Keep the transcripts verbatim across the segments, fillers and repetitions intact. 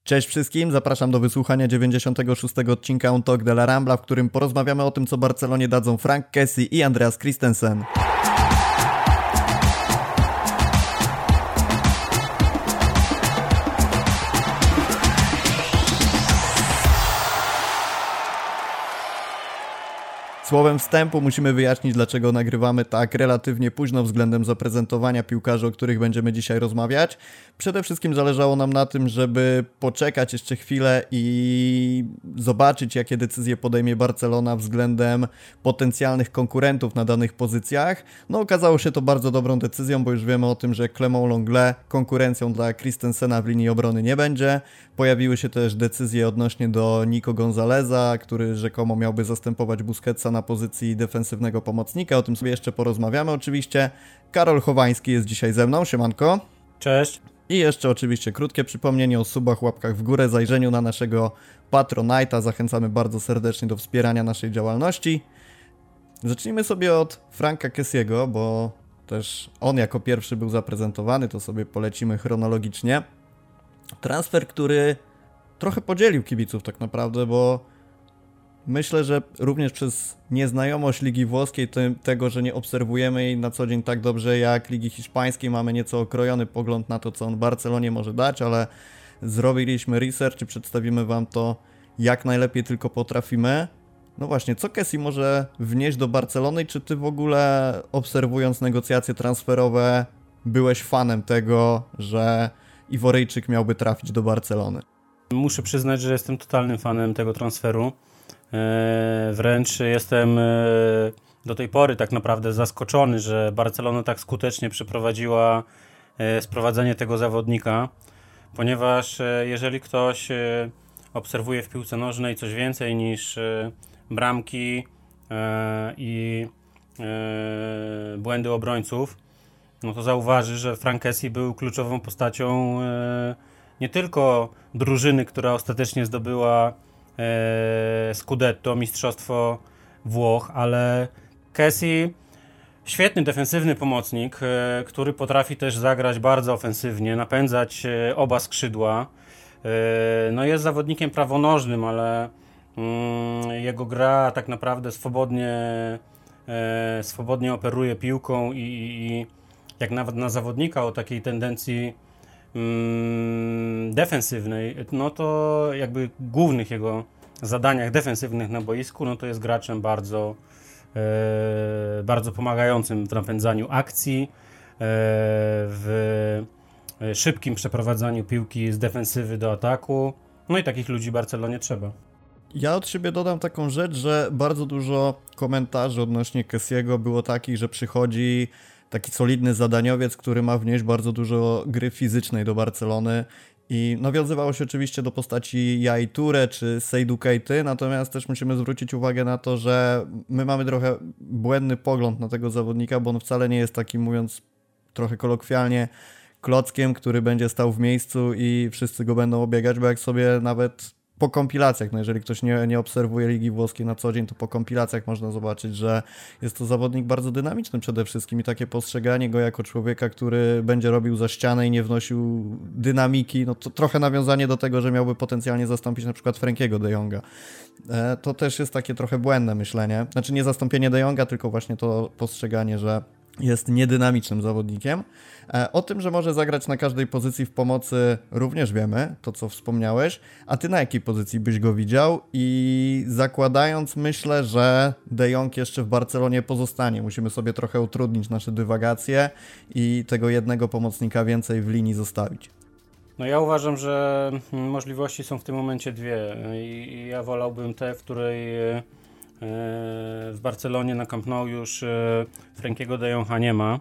Cześć wszystkim, zapraszam do wysłuchania dziewięćdziesiątego szóstego odcinka On Talk de la Rambla, w którym porozmawiamy o tym, co Barcelonie dadzą Frank Kessie i Andreas Christensen. Słowem wstępu musimy wyjaśnić, dlaczego nagrywamy tak relatywnie późno względem zaprezentowania piłkarzy, o których będziemy dzisiaj rozmawiać. Przede wszystkim zależało nam na tym, żeby poczekać jeszcze chwilę i zobaczyć, jakie decyzje podejmie Barcelona względem potencjalnych konkurentów na danych pozycjach. No okazało się to bardzo dobrą decyzją, bo już wiemy o tym, że Clément Lenglet konkurencją dla Christensena w linii obrony nie będzie. Pojawiły się też decyzje odnośnie do Nico Gonzaleza, który rzekomo miałby zastępować Busquetsa na pozycji defensywnego pomocnika. O tym sobie jeszcze porozmawiamy oczywiście. Karol Chowański jest dzisiaj ze mną. Siemanko. Cześć. I jeszcze oczywiście krótkie przypomnienie o subach, łapkach w górę, zajrzeniu na naszego Patronite'a. Zachęcamy bardzo serdecznie do wspierania naszej działalności. Zacznijmy sobie od Franka Kessiego, bo też on jako pierwszy był zaprezentowany, to sobie polecimy chronologicznie. Transfer, który trochę podzielił kibiców tak naprawdę, bo myślę, że również przez nieznajomość Ligi Włoskiej, te, tego, że nie obserwujemy jej na co dzień tak dobrze jak Ligi Hiszpańskiej, mamy nieco okrojony pogląd na to, co on Barcelonie może dać, ale zrobiliśmy research i przedstawimy Wam to jak najlepiej tylko potrafimy. No właśnie, co Kessie może wnieść do Barcelony i czy Ty w ogóle, obserwując negocjacje transferowe, byłeś fanem tego, że Iworyjczyk miałby trafić do Barcelony? Muszę przyznać, że jestem totalnym fanem tego transferu. Wręcz jestem do tej pory tak naprawdę zaskoczony, że Barcelona tak skutecznie przeprowadziła sprowadzenie tego zawodnika, ponieważ jeżeli ktoś obserwuje w piłce nożnej coś więcej niż bramki i błędy obrońców, no to zauważy, że Frank Kessie był kluczową postacią nie tylko drużyny, która ostatecznie zdobyła Scudetto, mistrzostwo Włoch, ale Kessie świetny defensywny pomocnik, który potrafi też zagrać bardzo ofensywnie, napędzać oba skrzydła. No jest zawodnikiem prawonożnym, ale jego gra tak naprawdę swobodnie, swobodnie operuje piłką i, i jak nawet na zawodnika o takiej tendencji defensywnej, no to jakby głównych jego zadaniach defensywnych na boisku, no to jest graczem bardzo e, bardzo pomagającym w napędzaniu akcji, e, w szybkim przeprowadzaniu piłki z defensywy do ataku, no i takich ludzi Barcelonie trzeba. Ja od siebie dodam taką rzecz, że bardzo dużo komentarzy odnośnie Kessiego było takich, że przychodzi taki solidny zadaniowiec, który ma wnieść bardzo dużo gry fizycznej do Barcelony i nawiązywało się oczywiście do postaci Yaya Touré czy Seydou Keity, natomiast też musimy zwrócić uwagę na to, że my mamy trochę błędny pogląd na tego zawodnika, bo on wcale nie jest takim, mówiąc trochę kolokwialnie, klockiem, który będzie stał w miejscu i wszyscy go będą obiegać, bo jak sobie nawet po kompilacjach, no jeżeli ktoś nie, nie obserwuje Ligi Włoskiej na co dzień, to po kompilacjach można zobaczyć, że jest to zawodnik bardzo dynamiczny przede wszystkim i takie postrzeganie go jako człowieka, który będzie robił za ścianę i nie wnosił dynamiki, no to trochę nawiązanie do tego, że miałby potencjalnie zastąpić na przykład Frankiego de Jonga. E, to też jest takie trochę błędne myślenie, znaczy nie zastąpienie de Jonga, tylko właśnie to postrzeganie, że jest niedynamicznym zawodnikiem. O tym, że może zagrać na każdej pozycji w pomocy również wiemy, to co wspomniałeś. A ty na jakiej pozycji byś go widział? I zakładając, myślę, że De Jong jeszcze w Barcelonie pozostanie. Musimy sobie trochę utrudnić nasze dywagacje i tego jednego pomocnika więcej w linii zostawić. No ja uważam, że możliwości są w tym momencie dwie i ja wolałbym te, w której w Barcelonie na Camp Nou już Frankiego de Jonga nie ma,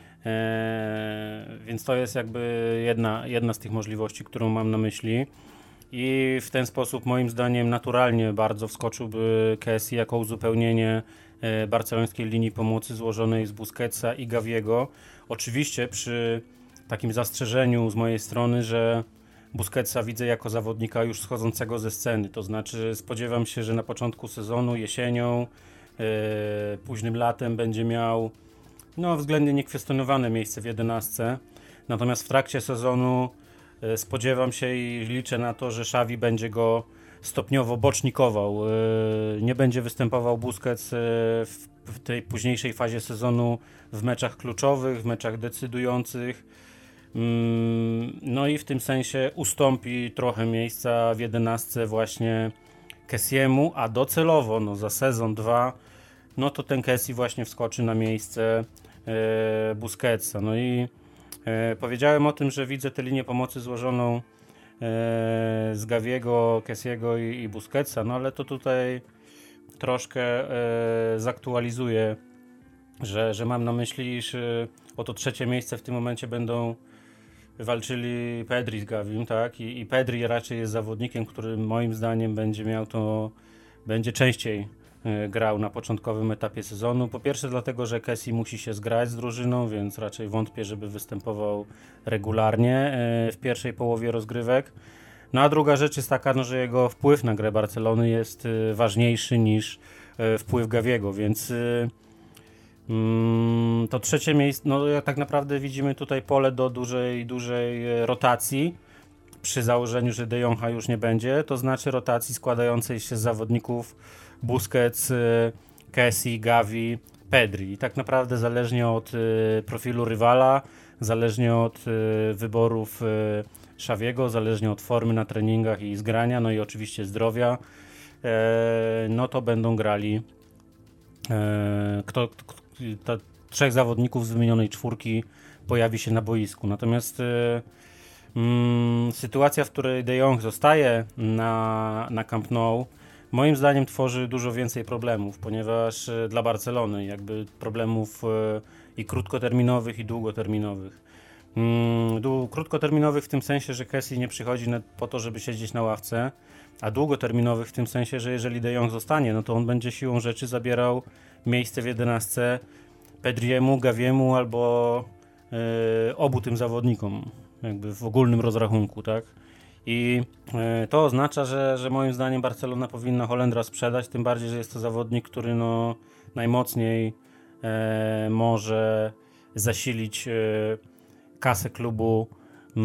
więc to jest jakby jedna, jedna z tych możliwości, którą mam na myśli i w ten sposób moim zdaniem naturalnie bardzo wskoczyłby Kessie jako uzupełnienie barcelońskiej linii pomocy złożonej z Busquetsa i Gaviego. Oczywiście przy takim zastrzeżeniu z mojej strony, że Busquetsa widzę jako zawodnika już schodzącego ze sceny, to znaczy spodziewam się, że na początku sezonu, jesienią, yy, późnym latem będzie miał no, względnie niekwestionowane miejsce w jedenastce, natomiast w trakcie sezonu spodziewam się i liczę na to, że Xavi będzie go stopniowo bocznikował. Nie będzie występował Busquets w tej późniejszej fazie sezonu w meczach kluczowych, w meczach decydujących. No i w tym sensie ustąpi trochę miejsca w jedenastce właśnie Kessiemu, a docelowo no za sezon dwa no to ten Kessie właśnie wskoczy na miejsce e, Busquetsa. No i e, powiedziałem o tym, że widzę tę linię pomocy złożoną e, z Gaviego, Kessiego i, i Busquetsa, no ale to tutaj troszkę e, zaktualizuję, że, że mam na myśli, że o to trzecie miejsce w tym momencie będą walczyli Pedri z Gavim, tak? I, i Pedri raczej jest zawodnikiem, który moim zdaniem będzie miał to, będzie częściej y, grał na początkowym etapie sezonu. Po pierwsze dlatego, że Kessie musi się zgrać z drużyną, więc raczej wątpię, żeby występował regularnie y, w pierwszej połowie rozgrywek. No a druga rzecz jest taka, no, że jego wpływ na grę Barcelony jest y, ważniejszy niż y, wpływ Gaviego, więc y, to trzecie miejsce, no tak naprawdę widzimy tutaj pole do dużej, dużej rotacji przy założeniu, że De Jonga już nie będzie, to znaczy rotacji składającej się z zawodników Busquets, Kessie, Gavi, Pedri i tak naprawdę zależnie od profilu rywala, zależnie od wyborów Xaviego, zależnie od formy na treningach i zgrania, no i oczywiście zdrowia, no to będą grali kto, kto Ta, trzech zawodników z wymienionej czwórki pojawi się na boisku. Natomiast y, y, sytuacja, w której De Jong zostaje na, na Camp Nou, moim zdaniem tworzy dużo więcej problemów, ponieważ y, dla Barcelony jakby problemów y, i krótkoterminowych i długoterminowych. Y, dłu- krótkoterminowych w tym sensie, że Kessie nie przychodzi na, po to, żeby siedzieć na ławce, a długoterminowych w tym sensie, że jeżeli De Jong zostanie, no to on będzie siłą rzeczy zabierał miejsce w jedenastce Pedriemu, Gaviemu albo y, obu tym zawodnikom jakby w ogólnym rozrachunku, tak? I y, to oznacza, że, że moim zdaniem Barcelona powinna Holendra sprzedać, tym bardziej, że jest to zawodnik, który no, najmocniej y, może zasilić y, kasę klubu y,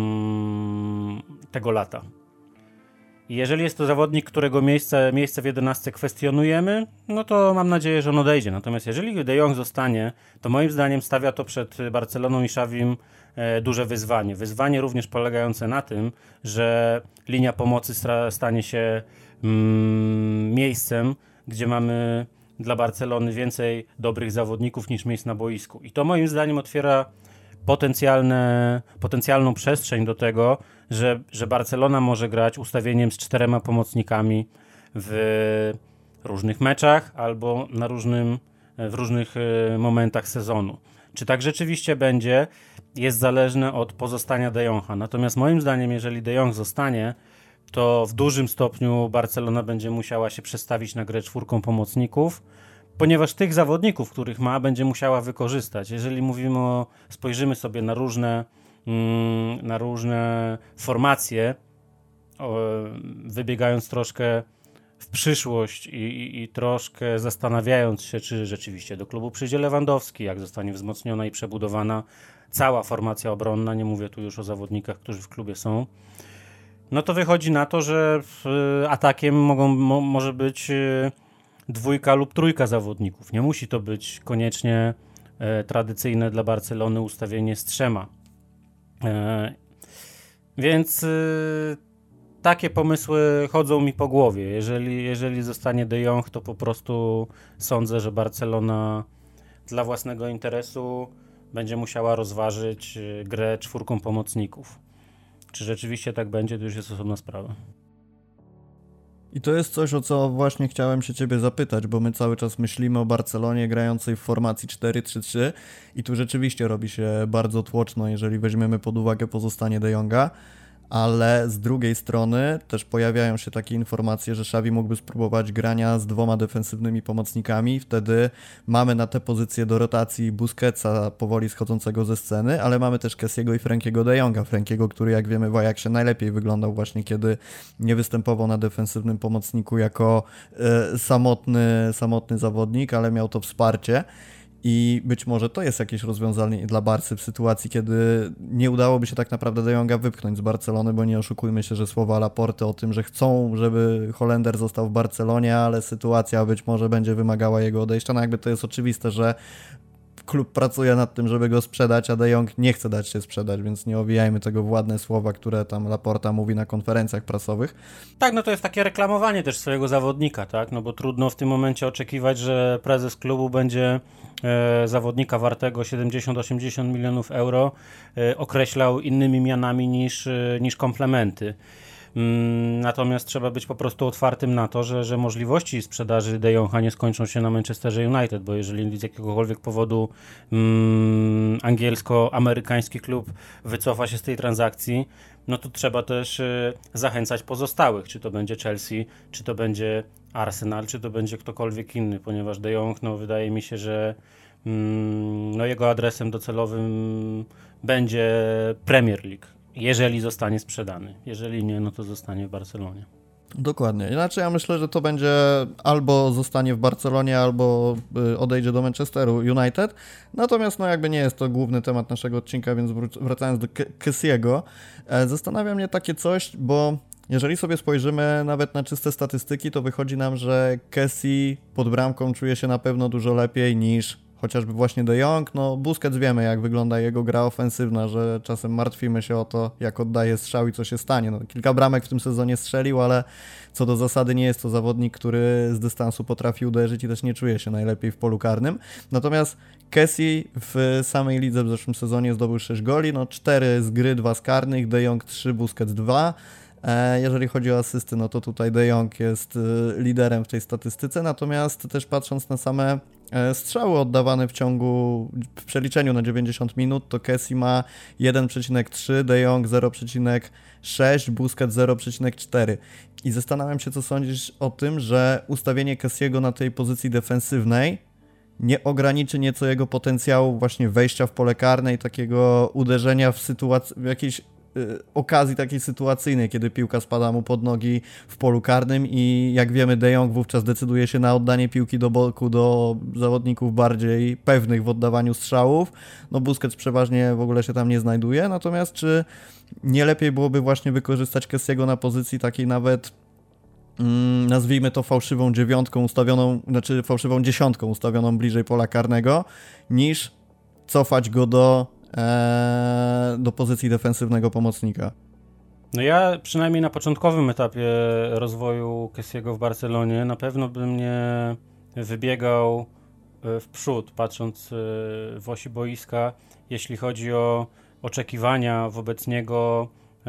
tego lata. I jeżeli jest to zawodnik, którego miejsce, miejsce w jedenastce kwestionujemy, no to mam nadzieję, że on odejdzie. Natomiast jeżeli De Jong zostanie, to moim zdaniem stawia to przed Barceloną i Xavim e, duże wyzwanie. Wyzwanie również polegające na tym, że linia pomocy stra- stanie się mm, miejscem, gdzie mamy dla Barcelony więcej dobrych zawodników niż miejsc na boisku. I to moim zdaniem otwiera potencjalne, potencjalną przestrzeń do tego, że, że Barcelona może grać ustawieniem z czterema pomocnikami w różnych meczach albo na różnym, w różnych momentach sezonu. Czy tak rzeczywiście będzie, jest zależne od pozostania De Jonga. Natomiast moim zdaniem, jeżeli De Jong zostanie, to w dużym stopniu Barcelona będzie musiała się przestawić na grę czwórką pomocników, ponieważ tych zawodników, których ma, będzie musiała wykorzystać. Jeżeli mówimy o, spojrzymy sobie na różne, mm, na różne formacje, o, wybiegając troszkę w przyszłość i, i, i troszkę zastanawiając się, czy rzeczywiście do klubu przyjdzie Lewandowski, jak zostanie wzmocniona i przebudowana cała formacja obronna, nie mówię tu już o zawodnikach, którzy w klubie są, no to wychodzi na to, że atakiem mogą, mo, może być dwójka lub trójka zawodników. Nie musi to być koniecznie e, tradycyjne dla Barcelony ustawienie z trzema. E, więc e, takie pomysły chodzą mi po głowie. Jeżeli, jeżeli zostanie De Jong, to po prostu sądzę, że Barcelona dla własnego interesu będzie musiała rozważyć grę czwórką pomocników. Czy rzeczywiście tak będzie, to już jest osobna sprawa. I to jest coś, o co właśnie chciałem się ciebie zapytać, bo my cały czas myślimy o Barcelonie grającej w formacji cztery trzy trzy i tu rzeczywiście robi się bardzo tłoczno, jeżeli weźmiemy pod uwagę pozostanie De Jonga, ale z drugiej strony też pojawiają się takie informacje, że Xavi mógłby spróbować grania z dwoma defensywnymi pomocnikami, wtedy mamy na tę pozycję do rotacji Busquetsa powoli schodzącego ze sceny, ale mamy też Kessiego i Frankiego De Jonga, Frankiego, który jak wiemy w Ajaxie najlepiej wyglądał właśnie kiedy nie występował na defensywnym pomocniku jako e, samotny, samotny zawodnik, ale miał to wsparcie. I być może to jest jakieś rozwiązanie dla Barcy w sytuacji, kiedy nie udałoby się tak naprawdę De Jonga wypchnąć z Barcelony, bo nie oszukujmy się, że słowa Laporty o tym, że chcą, żeby Holender został w Barcelonie, ale sytuacja być może będzie wymagała jego odejścia. No jakby to jest oczywiste, że klub pracuje nad tym, żeby go sprzedać, a De Jong nie chce dać się sprzedać, więc nie owijajmy tego w ładne słowa, które tam Laporta mówi na konferencjach prasowych. Tak, no to jest takie reklamowanie też swojego zawodnika, tak, no bo trudno w tym momencie oczekiwać, że prezes klubu będzie e, zawodnika wartego siedemdziesiąt osiemdziesiąt milionów euro e, określał innymi mianami niż, e, niż komplementy. Natomiast trzeba być po prostu otwartym na to, że, że możliwości sprzedaży De Jonga nie skończą się na Manchesterze United, bo jeżeli z jakiegokolwiek powodu mm, angielsko-amerykański klub wycofa się z tej transakcji, no to trzeba też y, zachęcać pozostałych, czy to będzie Chelsea, czy to będzie Arsenal, czy to będzie ktokolwiek inny, ponieważ De Jong, no wydaje mi się, że mm, no, jego adresem docelowym będzie Premier League. Jeżeli zostanie sprzedany. Jeżeli nie, no to zostanie w Barcelonie. Dokładnie. Inaczej ja myślę, że to będzie albo zostanie w Barcelonie, albo odejdzie do Manchesteru United. Natomiast no jakby nie jest to główny temat naszego odcinka, więc wracając do Kessiego, zastanawia mnie takie coś, bo jeżeli sobie spojrzymy nawet na czyste statystyki, to wychodzi nam, że Kessie pod bramką czuje się na pewno dużo lepiej niż chociażby właśnie De Jong. No Busquets wiemy, jak wygląda jego gra ofensywna, że czasem martwimy się o to, jak oddaje strzał i co się stanie. No, kilka bramek w tym sezonie strzelił, ale co do zasady nie jest to zawodnik, który z dystansu potrafi uderzyć i też nie czuje się najlepiej w polu karnym. Natomiast Kessie w samej lidze w zeszłym sezonie zdobył sześć goli, no cztery z gry, dwa z karnych, De Jong trzy, Busquets dwa. Jeżeli chodzi o asysty, no to tutaj De Jong jest liderem w tej statystyce, natomiast też patrząc na same strzały oddawane w ciągu, w przeliczeniu na dziewięćdziesiąt minut, to Kessie ma jeden przecinek trzy, De Jong zero przecinek sześć, Busquets zero przecinek cztery. I zastanawiam się, co sądzisz o tym, że ustawienie Kessiego na tej pozycji defensywnej nie ograniczy nieco jego potencjału właśnie wejścia w pole karne i takiego uderzenia w sytuacji, w jakiejś okazji takiej sytuacyjnej, kiedy piłka spada mu pod nogi w polu karnym i jak wiemy De Jong wówczas decyduje się na oddanie piłki do boku do zawodników bardziej pewnych w oddawaniu strzałów. No Busquets przeważnie w ogóle się tam nie znajduje, natomiast czy nie lepiej byłoby właśnie wykorzystać Kessiego na pozycji takiej nawet mm, nazwijmy to fałszywą dziewiątką ustawioną, znaczy fałszywą dziesiątką ustawioną bliżej pola karnego, niż cofać go do do pozycji defensywnego pomocnika? No ja przynajmniej na początkowym etapie rozwoju Kessiego w Barcelonie na pewno bym nie wybiegał w przód, patrząc w osi boiska, jeśli chodzi o oczekiwania wobec niego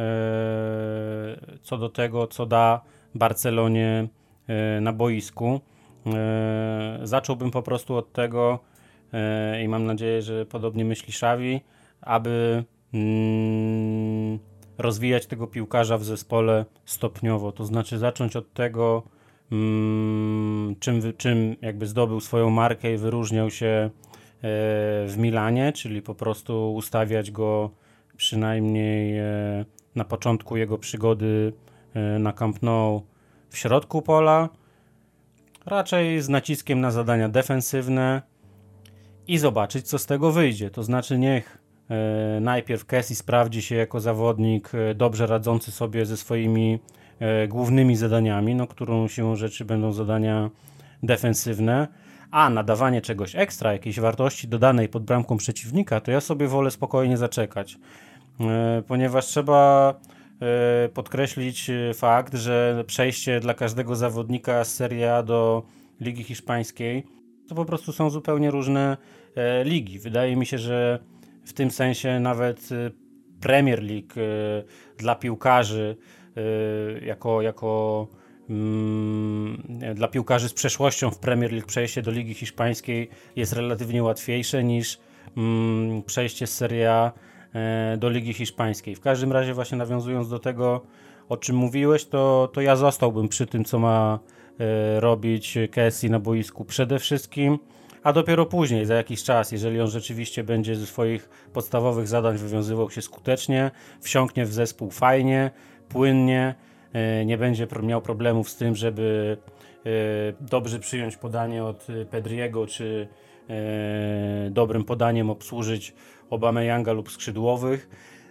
co do tego, co da Barcelonie na boisku. Zacząłbym po prostu od tego, i mam nadzieję, że podobnie myśli Xavi, aby mm, rozwijać tego piłkarza w zespole stopniowo, to znaczy zacząć od tego, mm, czym, czym jakby zdobył swoją markę i wyróżniał się e, w Milanie, czyli po prostu ustawiać go przynajmniej e, na początku jego przygody e, na Camp Nou w środku pola, raczej z naciskiem na zadania defensywne, i zobaczyć, co z tego wyjdzie. To znaczy niech e, najpierw Kessie sprawdzi się jako zawodnik e, dobrze radzący sobie ze swoimi e, głównymi zadaniami, no którą siłą rzeczy będą zadania defensywne, a nadawanie czegoś ekstra, jakiejś wartości dodanej pod bramką przeciwnika, to ja sobie wolę spokojnie zaczekać. E, ponieważ trzeba e, podkreślić fakt, że przejście dla każdego zawodnika z Serie A do Ligi Hiszpańskiej to po prostu są zupełnie różne e, ligi. Wydaje mi się, że w tym sensie nawet e, Premier League e, dla piłkarzy e, jako, jako mm, dla piłkarzy z przeszłością w Premier League przejście do Ligi Hiszpańskiej jest relatywnie łatwiejsze niż mm, przejście z Serie A e, do Ligi Hiszpańskiej. W każdym razie właśnie nawiązując do tego, o czym mówiłeś, to, to ja zostałbym przy tym, co ma robić Kessie na boisku przede wszystkim, a dopiero później, za jakiś czas, jeżeli on rzeczywiście będzie ze swoich podstawowych zadań wywiązywał się skutecznie, wsiąknie w zespół fajnie, płynnie, nie będzie miał problemów z tym, żeby dobrze przyjąć podanie od Pedriego czy e, dobrym podaniem obsłużyć Aubameyanga lub skrzydłowych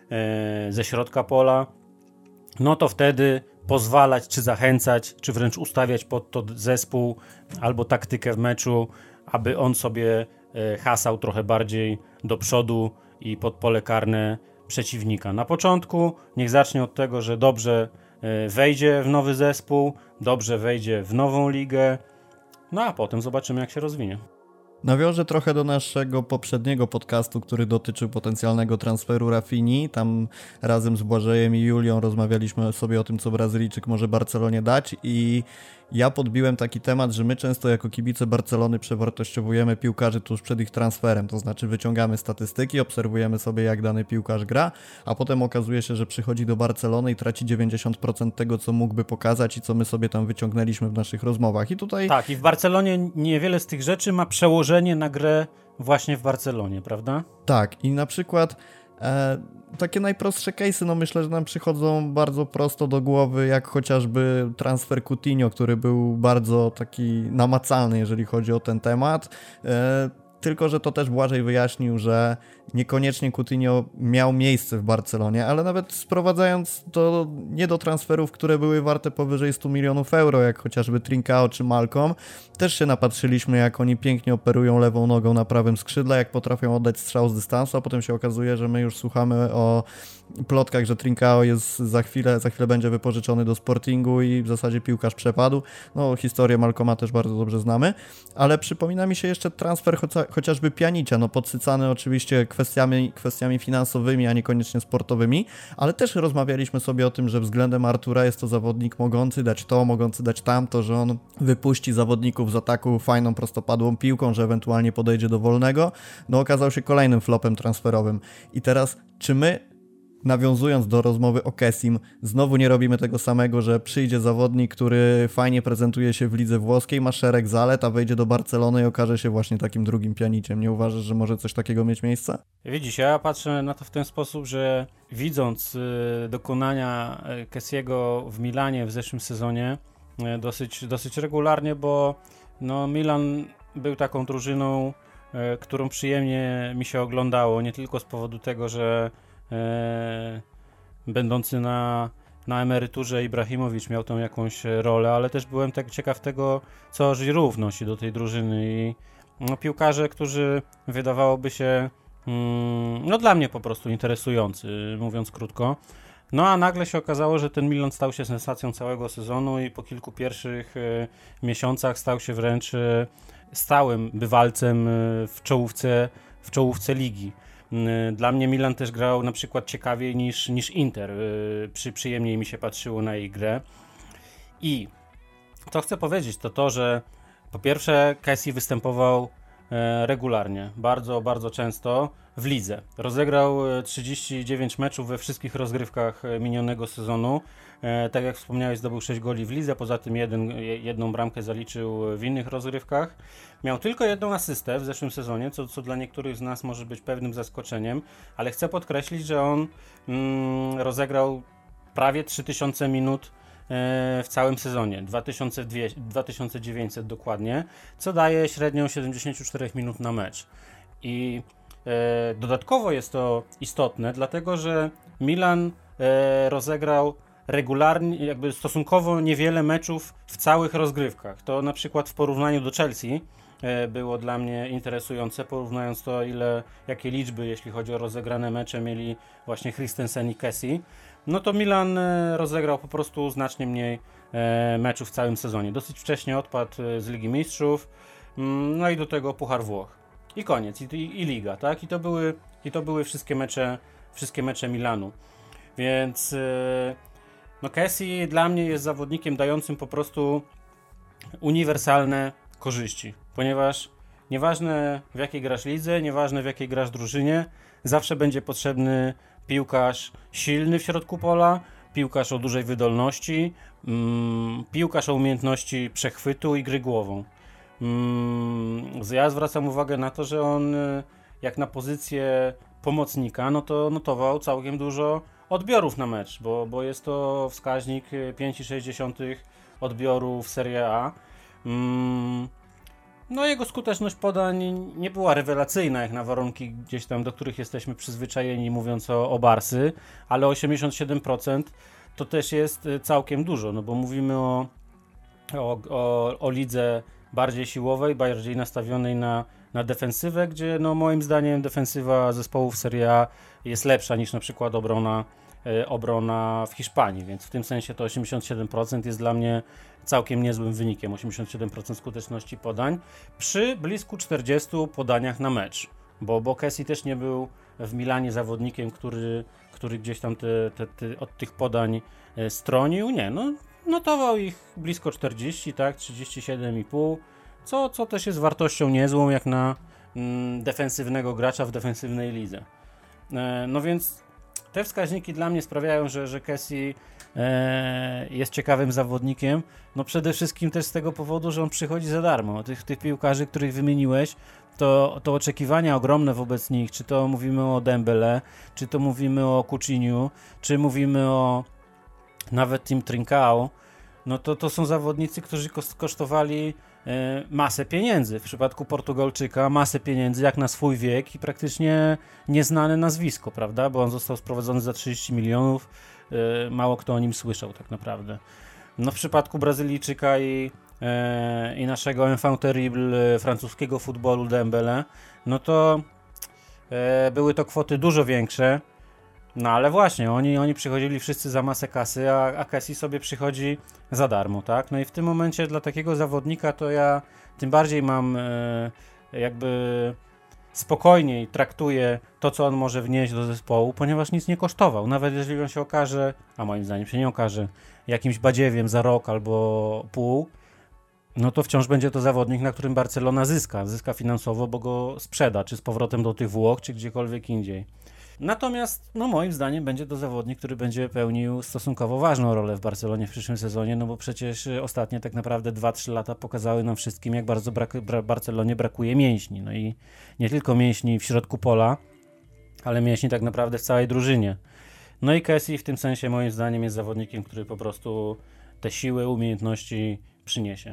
e, ze środka pola, no to wtedy pozwalać, czy zachęcać, czy wręcz ustawiać pod to zespół albo taktykę w meczu, aby on sobie e, hasał trochę bardziej do przodu i pod pole karne przeciwnika. Na początku niech zacznie od tego, że dobrze wejdzie w nowy zespół, dobrze wejdzie w nową ligę, no a potem zobaczymy, jak się rozwinie. Nawiążę trochę do naszego poprzedniego podcastu, który dotyczył potencjalnego transferu Rafini. Tam razem z Błażejem i Julią rozmawialiśmy sobie o tym, co Brazylijczyk może Barcelonie dać i ja podbiłem taki temat, że my często jako kibice Barcelony przewartościowujemy piłkarzy tuż przed ich transferem, to znaczy wyciągamy statystyki, obserwujemy sobie, jak dany piłkarz gra, a potem okazuje się, że przychodzi do Barcelony i traci dziewięćdziesiąt procent tego, co mógłby pokazać i co my sobie tam wyciągnęliśmy w naszych rozmowach. I tutaj... Tak, i w Barcelonie niewiele z tych rzeczy ma przełożenie na grę właśnie w Barcelonie, prawda? Tak, i na przykład e, takie najprostsze case'y, no myślę, że nam przychodzą bardzo prosto do głowy, jak chociażby transfer Coutinho, który był bardzo taki namacalny, jeżeli chodzi o ten temat. E, Tylko że to też Błażej wyjaśnił, że niekoniecznie Coutinho miał miejsce w Barcelonie, ale nawet sprowadzając to nie do transferów, które były warte powyżej stu milionów euro, jak chociażby Trincao czy Malcolm, też się napatrzyliśmy, jak oni pięknie operują lewą nogą na prawym skrzydle, jak potrafią oddać strzał z dystansu, a potem się okazuje, że my już słuchamy o plotkach, że Trincao jest za chwilę, za chwilę będzie wypożyczony do Sportingu i w zasadzie piłkarz przepadł. No, historię Malcoma też bardzo dobrze znamy, ale przypomina mi się jeszcze transfer chocia, chociażby Pjanicia, no podsycany oczywiście kwestiami, kwestiami finansowymi, a niekoniecznie sportowymi, ale też rozmawialiśmy sobie o tym, że względem Artura jest to zawodnik mogący dać to, mogący dać tamto, że on wypuści zawodników z ataku fajną, prostopadłą piłką, że ewentualnie podejdzie do wolnego. No okazał się kolejnym flopem transferowym. I teraz, czy my, nawiązując do rozmowy o Kessim, znowu nie robimy tego samego, że przyjdzie zawodnik, który fajnie prezentuje się w lidze włoskiej, ma szereg zalet, a wejdzie do Barcelony i okaże się właśnie takim drugim Pjaniciem. Nie uważasz, że może coś takiego mieć miejsce? Widzisz, ja patrzę na to w ten sposób, że widząc y, dokonania Kessiego w Milanie w zeszłym sezonie y, dosyć, dosyć regularnie, bo no, Milan był taką drużyną, y, którą przyjemnie mi się oglądało, nie tylko z powodu tego, że E, będący na, na emeryturze Ibrahimowicz miał tą jakąś rolę, ale też byłem tak ciekaw tego, co Giroud wnosi do tej drużyny i no, piłkarze, którzy wydawałoby się mm, no dla mnie po prostu interesujący, mówiąc krótko. No a nagle się okazało, że ten Milan stał się sensacją całego sezonu i po kilku pierwszych e, miesiącach stał się wręcz e, stałym bywalcem e, w czołówce, w czołówce ligi. Dla mnie Milan też grał na przykład ciekawiej niż, niż Inter. Przy, przyjemniej mi się patrzyło na ich grę. I co chcę powiedzieć, to to, że po pierwsze Kessie występował regularnie, bardzo, bardzo często w lidze. Rozegrał trzydzieści dziewięć meczów we wszystkich rozgrywkach minionego sezonu. Tak jak wspomniałeś, zdobył sześć goli w lidze, poza tym jeden, jedną bramkę zaliczył w innych rozgrywkach. Miał tylko jedną asystę w zeszłym sezonie, co, co dla niektórych z nas może być pewnym zaskoczeniem, ale chcę podkreślić, że on mm, rozegrał prawie trzy tysiące minut w całym sezonie, dwa tysiące dziewięćset dokładnie, co daje średnią siedemdziesiąt cztery minut na mecz. I e, dodatkowo jest to istotne, dlatego że Milan e, rozegrał regularnie, jakby stosunkowo niewiele meczów w całych rozgrywkach. To na przykład w porównaniu do Chelsea e, było dla mnie interesujące, porównując to, ile, jakie liczby, jeśli chodzi o rozegrane mecze, mieli właśnie Christensen i Kessie. No to Milan rozegrał po prostu znacznie mniej meczów w całym sezonie. Dosyć wcześnie odpadł z Ligi Mistrzów, no i do tego Puchar Włoch. I koniec, i, i, i Liga, tak? I to były, i to były wszystkie mecze, wszystkie mecze Milanu. Więc no Kessie dla mnie jest zawodnikiem dającym po prostu uniwersalne korzyści, ponieważ nieważne w jakiej grasz lidze, nieważne w jakiej grasz drużynie, zawsze będzie potrzebny piłkarz silny w środku pola, piłkarz o dużej wydolności, mm, piłkarz o umiejętności przechwytu i gry głową. Mm, ja zwracam uwagę na to, że on jak na pozycję pomocnika, no to notował całkiem dużo odbiorów na mecz, bo, bo jest to wskaźnik pięć przecinek sześć odbioru w Serie A. Mm, No jego skuteczność podań nie była rewelacyjna jak na warunki gdzieś tam, do których jesteśmy przyzwyczajeni, mówiąc o, o Barsy, ale osiemdziesiąt siedem procent to też jest całkiem dużo, no bo mówimy o, o, o, o lidze bardziej siłowej, bardziej nastawionej na, na defensywę, gdzie no moim zdaniem defensywa zespołów Serie A jest lepsza niż na przykład obrona, e, obrona w Hiszpanii, więc w tym sensie to osiemdziesiąt siedem procent jest dla mnie całkiem niezłym wynikiem, osiemdziesiąt siedem procent skuteczności podań przy blisku czterdziestu podaniach na mecz, bo, bo Kessie też nie był w Milanie zawodnikiem, który, który gdzieś tam te, te, te, od tych podań e, stronił, nie, no notował ich blisko czterdzieści, tak, trzydzieści siedem i pół, co, co też jest wartością niezłą jak na mm, defensywnego gracza w defensywnej lidze. E, no więc te wskaźniki dla mnie sprawiają, że, że Kessie e, jest ciekawym zawodnikiem, no przede wszystkim też z tego powodu, że on przychodzi za darmo. Tych, tych piłkarzy, których wymieniłeś, to, to oczekiwania ogromne wobec nich, czy to mówimy o Dembele, czy to mówimy o Coutinho, czy mówimy o nawet Tim Trincao, no to to są zawodnicy, którzy kosztowali e, masę pieniędzy. W przypadku Portugalczyka masę pieniędzy jak na swój wiek i praktycznie nieznane nazwisko, prawda? Bo on został sprowadzony za trzydzieści milionów, e, mało kto o nim słyszał tak naprawdę. No w przypadku Brazylijczyka i, e, i naszego enfant terrible francuskiego futbolu Dembele, no to e, były to kwoty dużo większe. No ale właśnie, oni, oni przychodzili wszyscy za masę kasy, a, a Kessie sobie przychodzi za darmo, tak? No i w tym momencie dla takiego zawodnika to ja tym bardziej mam e, jakby spokojniej traktuję to, co on może wnieść do zespołu, ponieważ nic nie kosztował. Nawet jeżeli on się okaże, a moim zdaniem się nie okaże, jakimś badziewiem za rok albo pół, no to wciąż będzie to zawodnik, na którym Barcelona zyska. Zyska finansowo, bo go sprzeda, czy z powrotem do tych Włoch, czy gdziekolwiek indziej. Natomiast, no moim zdaniem będzie to zawodnik, który będzie pełnił stosunkowo ważną rolę w Barcelonie w przyszłym sezonie, no bo przecież ostatnie tak naprawdę dwa trzy lata pokazały nam wszystkim, jak bardzo brak- bra- Barcelonie brakuje mięśni. No i nie tylko mięśni w środku pola, ale mięśni tak naprawdę w całej drużynie. No i Kessie w tym sensie moim zdaniem jest zawodnikiem, który po prostu te siły, umiejętności przyniesie.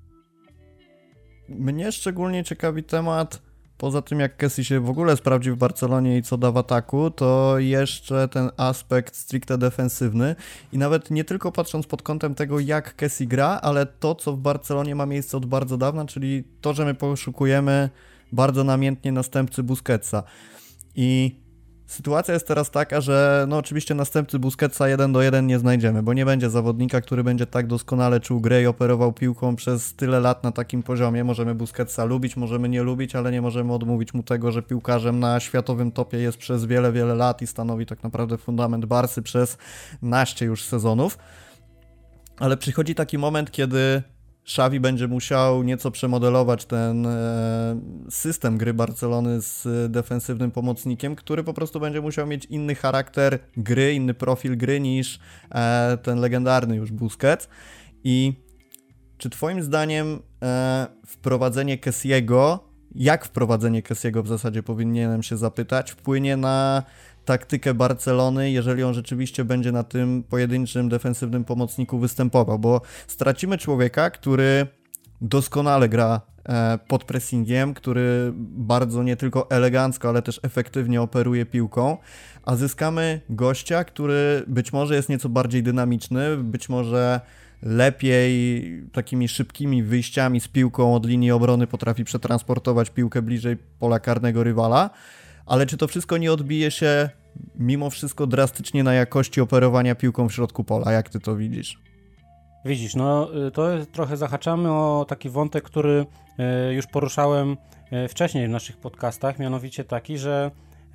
Mnie szczególnie ciekawi temat, poza tym jak Kessie się w ogóle sprawdzi w Barcelonie i co da w ataku, to jeszcze ten aspekt stricte defensywny i nawet nie tylko patrząc pod kątem tego, jak Kessie gra, ale to, co w Barcelonie ma miejsce od bardzo dawna, czyli to, że my poszukujemy bardzo namiętnie następcy Busquetsa. I sytuacja jest teraz taka, że no oczywiście następcy Busquetsa jeden do jeden nie znajdziemy, bo nie będzie zawodnika, który będzie tak doskonale czuł grę i operował piłką przez tyle lat na takim poziomie. Możemy Busquetsa lubić, możemy nie lubić, ale nie możemy odmówić mu tego, że piłkarzem na światowym topie jest przez wiele, wiele lat i stanowi tak naprawdę fundament Barsy przez naście już sezonów. Ale przychodzi taki moment, kiedy Xavi będzie musiał nieco przemodelować ten e, system gry Barcelony z defensywnym pomocnikiem, który po prostu będzie musiał mieć inny charakter gry, inny profil gry niż e, ten legendarny już Busquets. I czy twoim zdaniem e, wprowadzenie Kessiego, jak wprowadzenie Kessiego w zasadzie powinienem się zapytać, wpłynie na taktykę Barcelony, jeżeli on rzeczywiście będzie na tym pojedynczym defensywnym pomocniku występował, bo stracimy człowieka, który doskonale gra e, pod pressingiem, który bardzo nie tylko elegancko, ale też efektywnie operuje piłką, a zyskamy gościa, który być może jest nieco bardziej dynamiczny, być może lepiej takimi szybkimi wyjściami z piłką od linii obrony potrafi przetransportować piłkę bliżej pola karnego rywala. Ale czy to wszystko nie odbije się mimo wszystko drastycznie na jakości operowania piłką w środku pola? Jak ty to widzisz? Widzisz, no to trochę zahaczamy o taki wątek, który już poruszałem wcześniej w naszych podcastach, mianowicie taki, że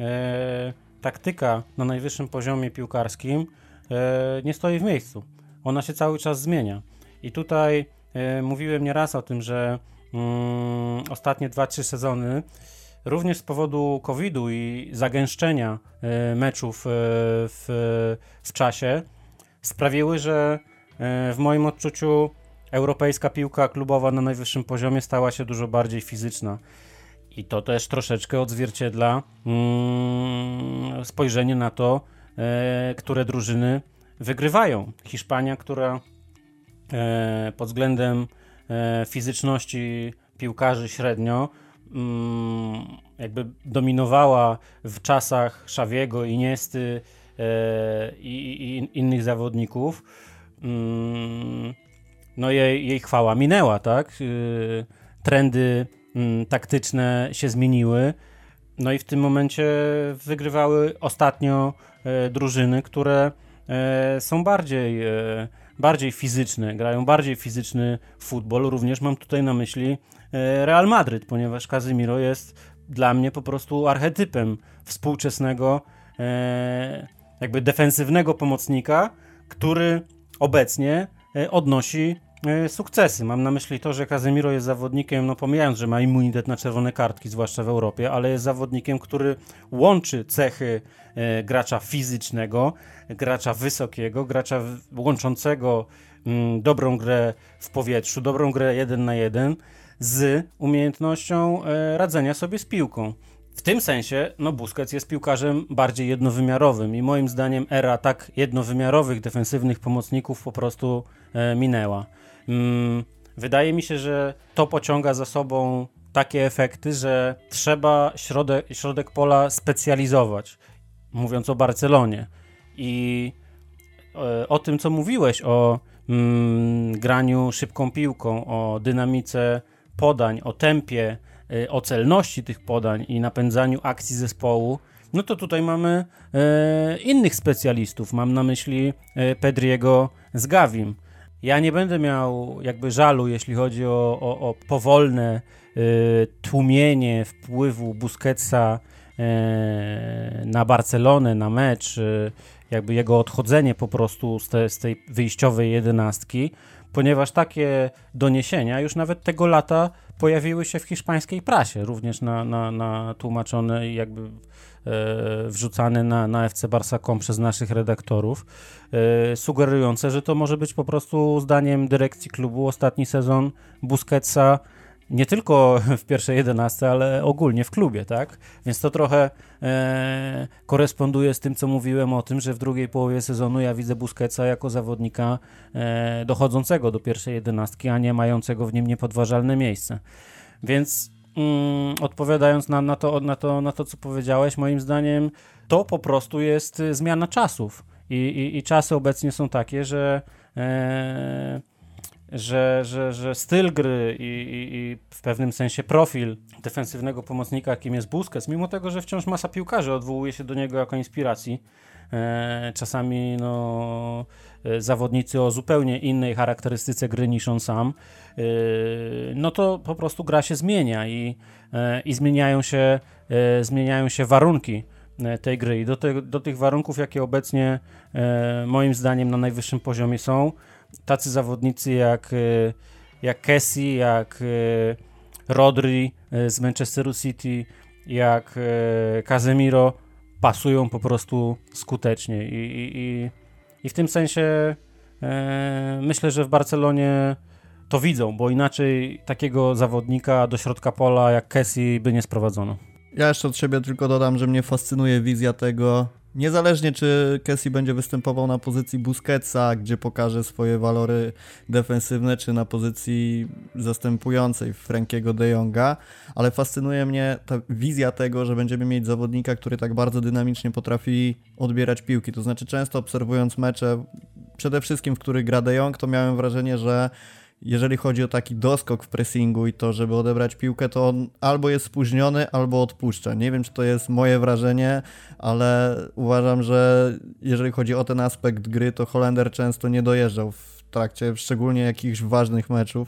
taktyka na najwyższym poziomie piłkarskim nie stoi w miejscu. Ona się cały czas zmienia. I tutaj mówiłem nieraz o tym, że ostatnie dwa trzy sezony również z powodu kowida i zagęszczenia meczów w, w czasie sprawiły, że w moim odczuciu europejska piłka klubowa na najwyższym poziomie stała się dużo bardziej fizyczna. I to też troszeczkę odzwierciedla mm, spojrzenie na to, e, które drużyny wygrywają. Hiszpania, która e, pod względem e, fizyczności piłkarzy średnio mm, jakby dominowała w czasach Xaviego, Iniesty e, i, i innych zawodników, mm, no jej, jej chwała minęła, tak? Yy, trendy mm, taktyczne się zmieniły, no i w tym momencie wygrywały ostatnio e, drużyny, które e, są bardziej, e, bardziej fizyczne, grają bardziej fizyczny futbol. Również mam tutaj na myśli e, Real Madryt, ponieważ Casemiro jest dla mnie po prostu archetypem współczesnego e, jakby defensywnego pomocnika, który obecnie e, odnosi e, sukcesy. Mam na myśli to, że Casemiro jest zawodnikiem, no pomijając, że ma immunitet na czerwone kartki, zwłaszcza w Europie, ale jest zawodnikiem, który łączy cechy e, gracza fizycznego, gracza wysokiego, gracza w, łączącego m, dobrą grę w powietrzu, dobrą grę jeden na jeden z umiejętnością e, radzenia sobie z piłką. W tym sensie, no Busquets jest piłkarzem bardziej jednowymiarowym i moim zdaniem era tak jednowymiarowych, defensywnych pomocników po prostu e, minęła. Mm, wydaje mi się, że to pociąga za sobą takie efekty, że trzeba środek, środek pola specjalizować, mówiąc o Barcelonie. I e, o tym, co mówiłeś, o mm, graniu szybką piłką, o dynamice podań, o tempie, o celności tych podań i napędzaniu akcji zespołu, no to tutaj mamy e, innych specjalistów. Mam na myśli e, Pedriego z Gavim. Ja nie będę miał jakby żalu, jeśli chodzi o, o, o powolne e, tłumienie wpływu Busquetsa e, na Barcelonę, na mecz, e, jakby jego odchodzenie po prostu z, te, z tej wyjściowej jedenastki, ponieważ takie doniesienia już nawet tego lata pojawiły się w hiszpańskiej prasie, również na, na, na tłumaczone i jakby e, wrzucane na, na F C Barca kropka com przez naszych redaktorów, e, sugerujące, że to może być po prostu zdaniem dyrekcji klubu ostatni sezon Busquetsa nie tylko w pierwszej jedenastce, ale ogólnie w klubie, tak? Więc to trochę e, koresponduje z tym, co mówiłem o tym, że w drugiej połowie sezonu ja widzę Busquetsa jako zawodnika e, dochodzącego do pierwszej jedenastki, a nie mającego w nim niepodważalne miejsce. Więc mm, odpowiadając na, na, to, na, to, na to, co powiedziałeś, moim zdaniem to po prostu jest zmiana czasów. I, i, i czasy obecnie są takie, że e, Że, że, że styl gry i, i, i w pewnym sensie profil defensywnego pomocnika, jakim jest Busquets, mimo tego, że wciąż masa piłkarzy odwołuje się do niego jako inspiracji, e, czasami no, e, zawodnicy o zupełnie innej charakterystyce gry niż on sam, e, no to po prostu gra się zmienia i, e, i zmieniają się, e, zmieniają się warunki tej gry i do, te, do tych warunków, jakie obecnie e, moim zdaniem na najwyższym poziomie są, tacy zawodnicy jak, jak Kessie, jak Rodri z Manchesteru City, jak Casemiro pasują po prostu skutecznie i, i, i, i w tym sensie e, myślę, że w Barcelonie to widzą, bo inaczej takiego zawodnika do środka pola jak Kessie by nie sprowadzono. Ja jeszcze od siebie tylko dodam, że mnie fascynuje wizja tego, niezależnie czy Kessie będzie występował na pozycji Busquetsa, gdzie pokaże swoje walory defensywne, czy na pozycji zastępującej Frankiego de Jonga, ale fascynuje mnie ta wizja tego, że będziemy mieć zawodnika, który tak bardzo dynamicznie potrafi odbierać piłki. To znaczy często obserwując mecze, przede wszystkim w których gra de Jong, to miałem wrażenie, że jeżeli chodzi o taki doskok w pressingu i to, żeby odebrać piłkę, to on albo jest spóźniony, albo odpuszcza. Nie wiem, czy to jest moje wrażenie, ale uważam, że jeżeli chodzi o ten aspekt gry, to Holender często nie dojeżdżał w trakcie szczególnie jakichś ważnych meczów.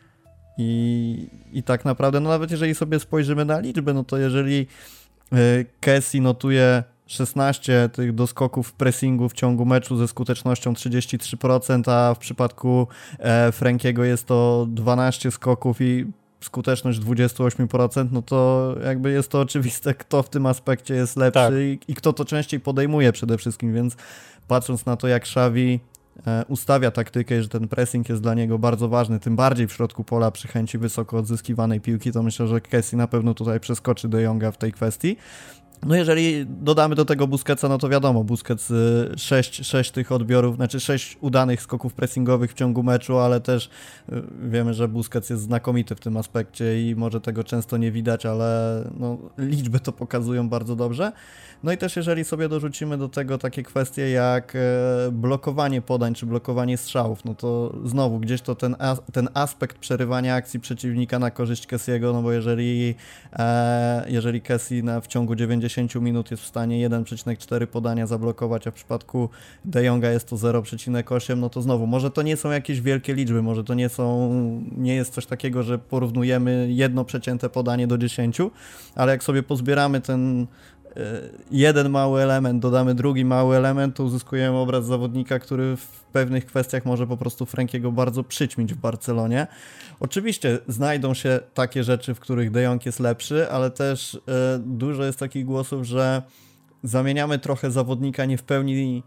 I, i tak naprawdę, no nawet jeżeli sobie spojrzymy na liczbę, no to jeżeli y, Kessie notuje szesnaście tych doskoków w pressingu w ciągu meczu ze skutecznością trzydzieści trzy procent, a w przypadku e, Frankiego jest to dwanaście skoków i skuteczność dwadzieścia osiem procent, no to jakby jest to oczywiste, kto w tym aspekcie jest lepszy tak. i, i kto to częściej podejmuje przede wszystkim, więc patrząc na to, jak Xavi e, ustawia taktykę i że ten pressing jest dla niego bardzo ważny, tym bardziej w środku pola przy chęci wysoko odzyskiwanej piłki, to myślę, że Kessie na pewno tutaj przeskoczy de Jonga w tej kwestii. No jeżeli dodamy do tego Busquetsa, no to wiadomo, Busquets sześć, sześć tych odbiorów, znaczy sześć udanych skoków pressingowych w ciągu meczu, ale też wiemy, że Busquets jest znakomity w tym aspekcie i może tego często nie widać, ale no, liczby to pokazują bardzo dobrze. No i też jeżeli sobie dorzucimy do tego takie kwestie jak blokowanie podań czy blokowanie strzałów, no to znowu gdzieś to ten, as- ten aspekt przerywania akcji przeciwnika na korzyść Kessiego, no bo jeżeli, e, jeżeli Kessie na, w ciągu dziewięćdziesiąt minut jest w stanie jeden przecinek cztery podania zablokować, a w przypadku De Jonga jest to zero przecinek osiem, no to znowu, może to nie są jakieś wielkie liczby, może to nie są, nie jest coś takiego, że porównujemy jedno przecięte podanie do dziesięciu, ale jak sobie pozbieramy ten jeden mały element, dodamy drugi mały element, to uzyskujemy obraz zawodnika, który w pewnych kwestiach może po prostu Frankiego bardzo przyćmić w Barcelonie. Oczywiście znajdą się takie rzeczy, w których De Jong jest lepszy, ale też e, dużo jest takich głosów, że zamieniamy trochę zawodnika nie w pełni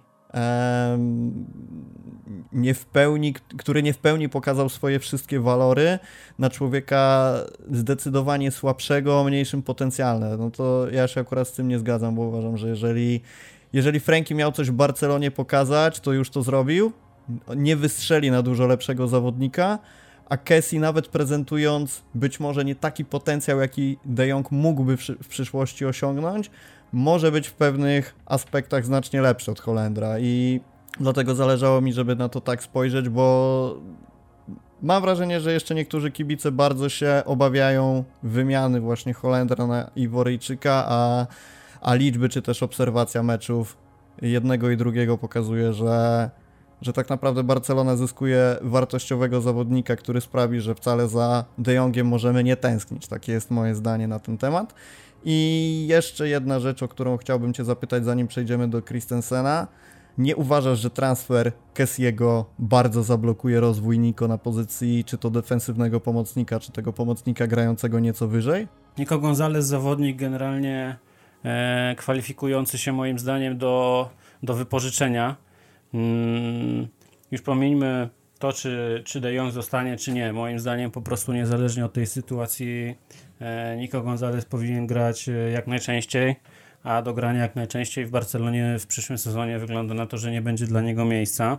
nie w pełni, który nie w pełni pokazał swoje wszystkie walory, na człowieka zdecydowanie słabszego, o mniejszym potencjale. No to ja się akurat z tym nie zgadzam, bo uważam, że jeżeli, jeżeli Frenkie miał coś w Barcelonie pokazać, to już to zrobił. Nie wystrzeli na dużo lepszego zawodnika, a Kessie nawet prezentując być może nie taki potencjał, jaki De Jong mógłby w, w przyszłości osiągnąć, może być w pewnych aspektach znacznie lepszy od Holendra i dlatego zależało mi, żeby na to tak spojrzeć, bo mam wrażenie, że jeszcze niektórzy kibice bardzo się obawiają wymiany właśnie Holendra na Iworyjczyka, a, a liczby czy też obserwacja meczów jednego i drugiego pokazuje, że, że tak naprawdę Barcelona zyskuje wartościowego zawodnika, który sprawi, że wcale za De Jongiem możemy nie tęsknić. Takie jest moje zdanie na ten temat. I jeszcze jedna rzecz, o którą chciałbym Cię zapytać, zanim przejdziemy do Christensena. Nie uważasz, że transfer Kessiego bardzo zablokuje rozwój Nico na pozycji czy to defensywnego pomocnika, czy tego pomocnika grającego nieco wyżej? Nico González, zawodnik generalnie e, kwalifikujący się moim zdaniem do, do wypożyczenia. Mm, już pomijmy to, czy, czy De Jong zostanie, czy nie. Moim zdaniem po prostu niezależnie od tej sytuacji e, Nico González powinien grać jak najczęściej, a do grania jak najczęściej w Barcelonie w przyszłym sezonie wygląda na to, że nie będzie dla niego miejsca.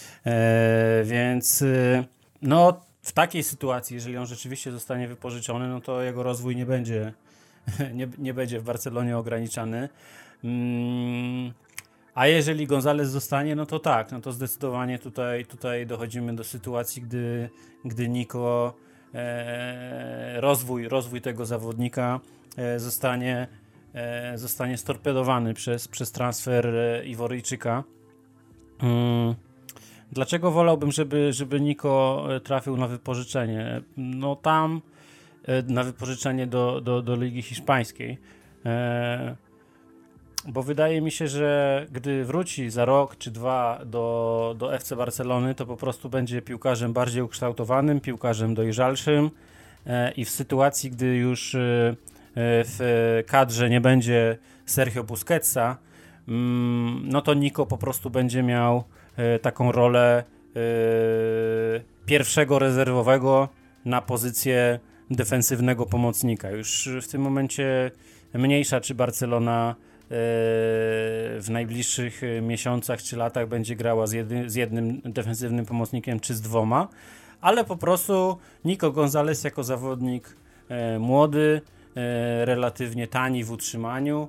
E, więc e, no w takiej sytuacji, jeżeli on rzeczywiście zostanie wypożyczony, no to jego rozwój nie będzie, nie, nie będzie w Barcelonie ograniczany. Mm, a jeżeli González zostanie, no to tak, no to zdecydowanie tutaj, tutaj dochodzimy do sytuacji, gdy, gdy Nico e, rozwój, rozwój tego zawodnika e, zostanie zostanie storpedowany przez, przez transfer Iworyjczyka. Hmm. Dlaczego wolałbym, żeby, żeby Nico trafił na wypożyczenie? No tam na wypożyczenie do, do, do Ligi Hiszpańskiej. E, bo wydaje mi się, że gdy wróci za rok czy dwa do, do F C Barcelony, to po prostu będzie piłkarzem bardziej ukształtowanym, piłkarzem dojrzalszym e, i w sytuacji, gdy już e, w kadrze nie będzie Sergio Busquetsa, no to Nico po prostu będzie miał taką rolę pierwszego rezerwowego na pozycję defensywnego pomocnika. Już w tym momencie mniejsza, czy Barcelona w najbliższych miesiącach czy latach będzie grała z, jedy, z jednym defensywnym pomocnikiem, czy z dwoma, ale po prostu Nico González jako zawodnik młody, relatywnie tani w utrzymaniu,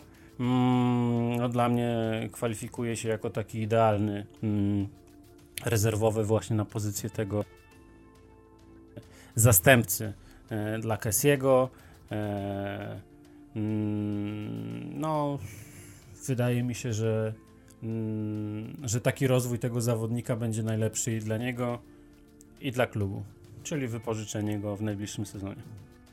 no dla mnie kwalifikuje się jako taki idealny rezerwowy właśnie na pozycję tego zastępcy dla Kessiego. No wydaje mi się, że że taki rozwój tego zawodnika będzie najlepszy i dla niego, i dla klubu, czyli wypożyczenie go w najbliższym sezonie.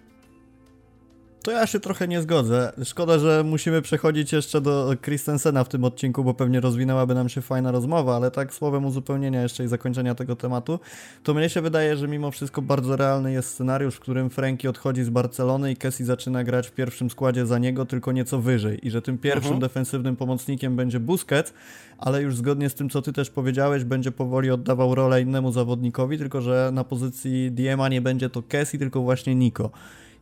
To ja się trochę nie zgodzę. Szkoda, że musimy przechodzić jeszcze do Christensena w tym odcinku, bo pewnie rozwinęłaby nam się fajna rozmowa, ale tak słowem uzupełnienia jeszcze i zakończenia tego tematu, to mnie się wydaje, że mimo wszystko bardzo realny jest scenariusz, w którym Frenkie odchodzi z Barcelony i Kessie zaczyna grać w pierwszym składzie za niego, tylko nieco wyżej i że tym pierwszym uh-huh. defensywnym pomocnikiem będzie Busquets, ale już zgodnie z tym, co ty też powiedziałeś, będzie powoli oddawał rolę innemu zawodnikowi, tylko że na pozycji D M a nie będzie to Kessie, tylko właśnie Nico.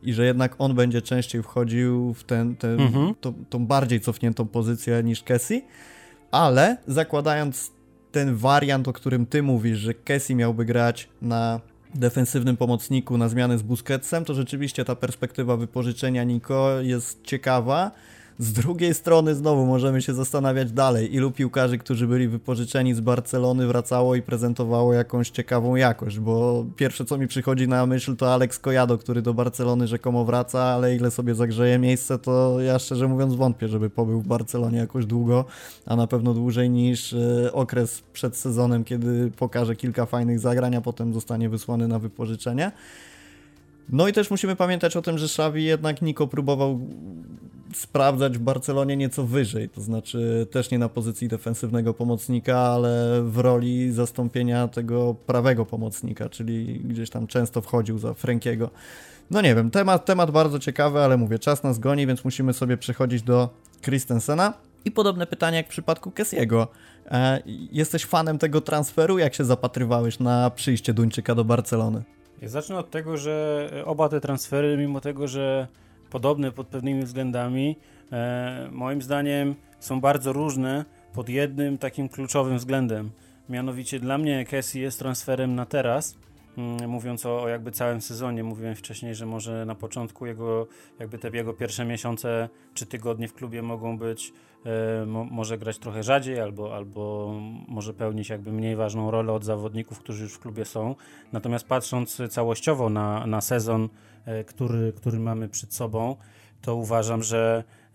i że jednak on będzie częściej wchodził w ten, ten, mhm. tą, tą bardziej cofniętą pozycję niż Kessie, ale zakładając ten wariant, o którym ty mówisz, że Kessie miałby grać na defensywnym pomocniku na zmianę z Busquetsem, to rzeczywiście ta perspektywa wypożyczenia Nico jest ciekawa. Z drugiej strony znowu możemy się zastanawiać dalej, ilu piłkarzy, którzy byli wypożyczeni z Barcelony, wracało i prezentowało jakąś ciekawą jakość, bo pierwsze co mi przychodzi na myśl to Alex Collado, który do Barcelony rzekomo wraca, ale ile sobie zagrzeje miejsce, to ja szczerze mówiąc wątpię, żeby pobył w Barcelonie jakoś długo, a na pewno dłużej niż e, okres przed sezonem, kiedy pokaże kilka fajnych zagrań, a potem zostanie wysłany na wypożyczenie. No i też musimy pamiętać o tym, że Xavi jednak Nico próbował sprawdzać w Barcelonie nieco wyżej, to znaczy też nie na pozycji defensywnego pomocnika, ale w roli zastąpienia tego prawego pomocnika, czyli gdzieś tam często wchodził za Frenkiego. No nie wiem, temat, temat bardzo ciekawy, ale mówię, czas nas goni, więc musimy sobie przechodzić do Christensena. I podobne pytanie jak w przypadku Kessiego. E, jesteś fanem tego transferu? Jak się zapatrywałeś na przyjście Duńczyka do Barcelony? Ja zacznę od tego, że oba te transfery, mimo tego, że podobne pod pewnymi względami, e, moim zdaniem są bardzo różne pod jednym takim kluczowym względem. Mianowicie dla mnie Kessie jest transferem na teraz, mm, mówiąc o, o jakby całym sezonie. Mówiłem wcześniej, że może na początku jego, jakby te jego pierwsze miesiące czy tygodnie w klubie mogą być, e, mo, może grać trochę rzadziej albo, albo może pełnić jakby mniej ważną rolę od zawodników, którzy już w klubie są. Natomiast patrząc całościowo na, na sezon, e, który, który mamy przed sobą, to uważam, że e,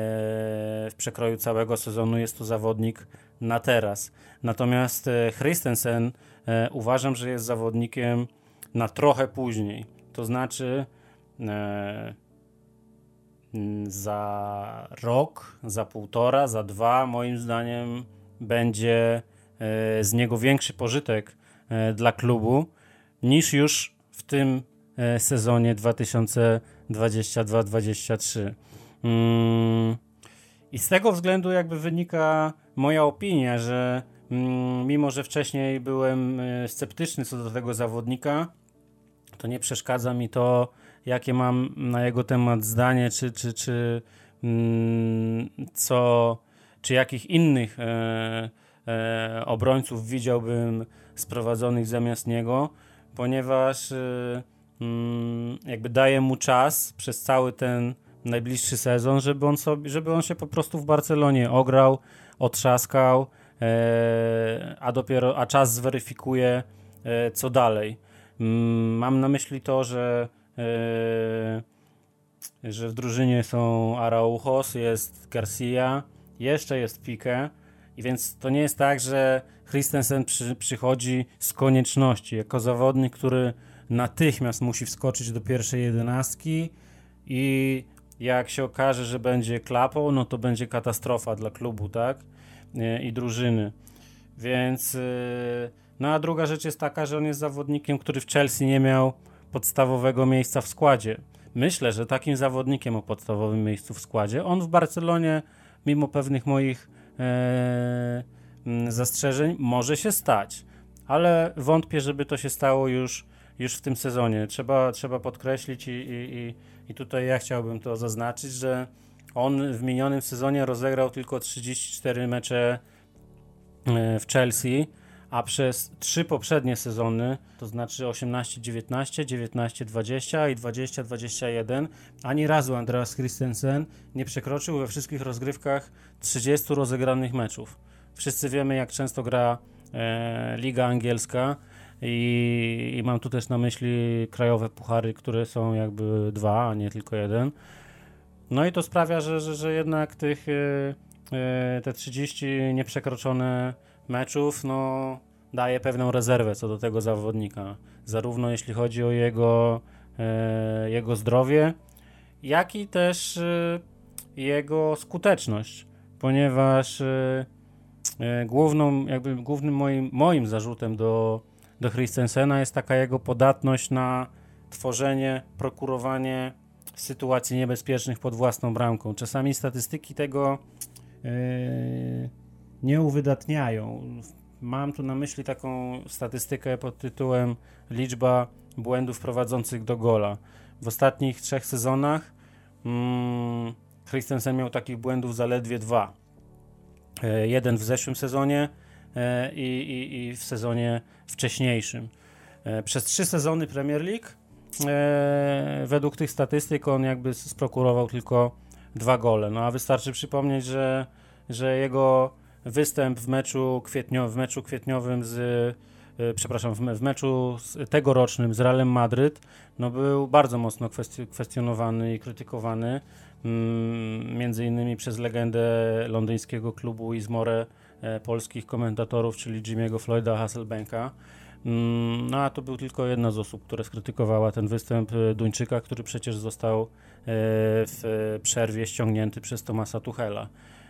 w przekroju całego sezonu jest to zawodnik na teraz. Natomiast e, Christensen e, uważam, że jest zawodnikiem na trochę później. To znaczy e, za rok, za półtora, za dwa, moim zdaniem będzie e, z niego większy pożytek e, dla klubu niż już w tym e, sezonie dwa tysiące dwudziestym drugim dwudziestym trzecim. Mm, I z tego względu jakby wynika moja opinia, że mm, mimo, że wcześniej byłem e, sceptyczny co do tego zawodnika, to nie przeszkadza mi to, jakie mam na jego temat zdanie, czy, czy, czy mm, co, czy jakich innych e, e, obrońców widziałbym sprowadzonych zamiast niego, ponieważ e, mm, jakby daje mu czas przez cały ten najbliższy sezon, żeby on, sobie, żeby on się po prostu w Barcelonie ograł, otrzaskał, e, a dopiero, a czas zweryfikuje, e, co dalej. Mm, mam na myśli to, że Yy, że w drużynie są Araujo, jest Garcia, jeszcze jest Piqué, i więc to nie jest tak, że Christensen przy, przychodzi z konieczności, jako zawodnik, który natychmiast musi wskoczyć do pierwszej jedenastki i jak się okaże, że będzie klapą, no to będzie katastrofa dla klubu, tak? Yy, i drużyny. Więc yy, no a druga rzecz jest taka, że on jest zawodnikiem, który w Chelsea nie miał podstawowego miejsca w składzie. Myślę, że takim zawodnikiem o podstawowym miejscu w składzie on w Barcelonie, mimo pewnych moich e, zastrzeżeń, może się stać, ale wątpię, żeby to się stało już, już w tym sezonie. Trzeba, trzeba podkreślić i, i, i, i tutaj ja chciałbym to zaznaczyć, że on w minionym sezonie rozegrał tylko trzydzieści cztery mecze w Chelsea, a przez trzy poprzednie sezony, to znaczy osiemnaście dziewiętnaście, dziewiętnaście dwadzieścia i dwadzieścia dwadzieścia jeden, ani razu Andreas Christensen nie przekroczył we wszystkich rozgrywkach trzydziestu rozegranych meczów. Wszyscy wiemy, jak często gra e, Liga Angielska i, i mam tu też na myśli krajowe puchary, które są jakby dwa, a nie tylko jeden. No i to sprawia, że, że, że jednak tych e, e, te trzydzieści nieprzekroczone meczów, no, daje pewną rezerwę co do tego zawodnika. Zarówno jeśli chodzi o jego, e, jego zdrowie, jak i też e, jego skuteczność, ponieważ e, e, główną, jakby głównym moim, moim zarzutem do, do Christensena jest taka jego podatność na tworzenie, prokurowanie sytuacji niebezpiecznych pod własną bramką. Czasami statystyki tego e, nie uwydatniają. Mam tu na myśli taką statystykę pod tytułem liczba błędów prowadzących do gola. w ostatnich trzech sezonach hmm, Christensen miał takich błędów zaledwie dwa. E, jeden w zeszłym sezonie e, i, i, i w sezonie wcześniejszym. E, przez trzy sezony Premier League e, według tych statystyk on jakby sprokurował tylko dwa gole. No a wystarczy przypomnieć, że, że jego występ w meczu, kwietnio, w meczu kwietniowym z e, przepraszam, w, me, w meczu z, tegorocznym z Realem Madryt no był bardzo mocno kwesti- kwestionowany i krytykowany. Między innymi przez legendę londyńskiego klubu Izmore e, polskich komentatorów, czyli Jimmy'ego Floyda Hasselbanka. Mm, no a to był tylko jedna z osób, która skrytykowała ten występ Duńczyka, który przecież został e, w przerwie ściągnięty przez Thomasa Tuchela.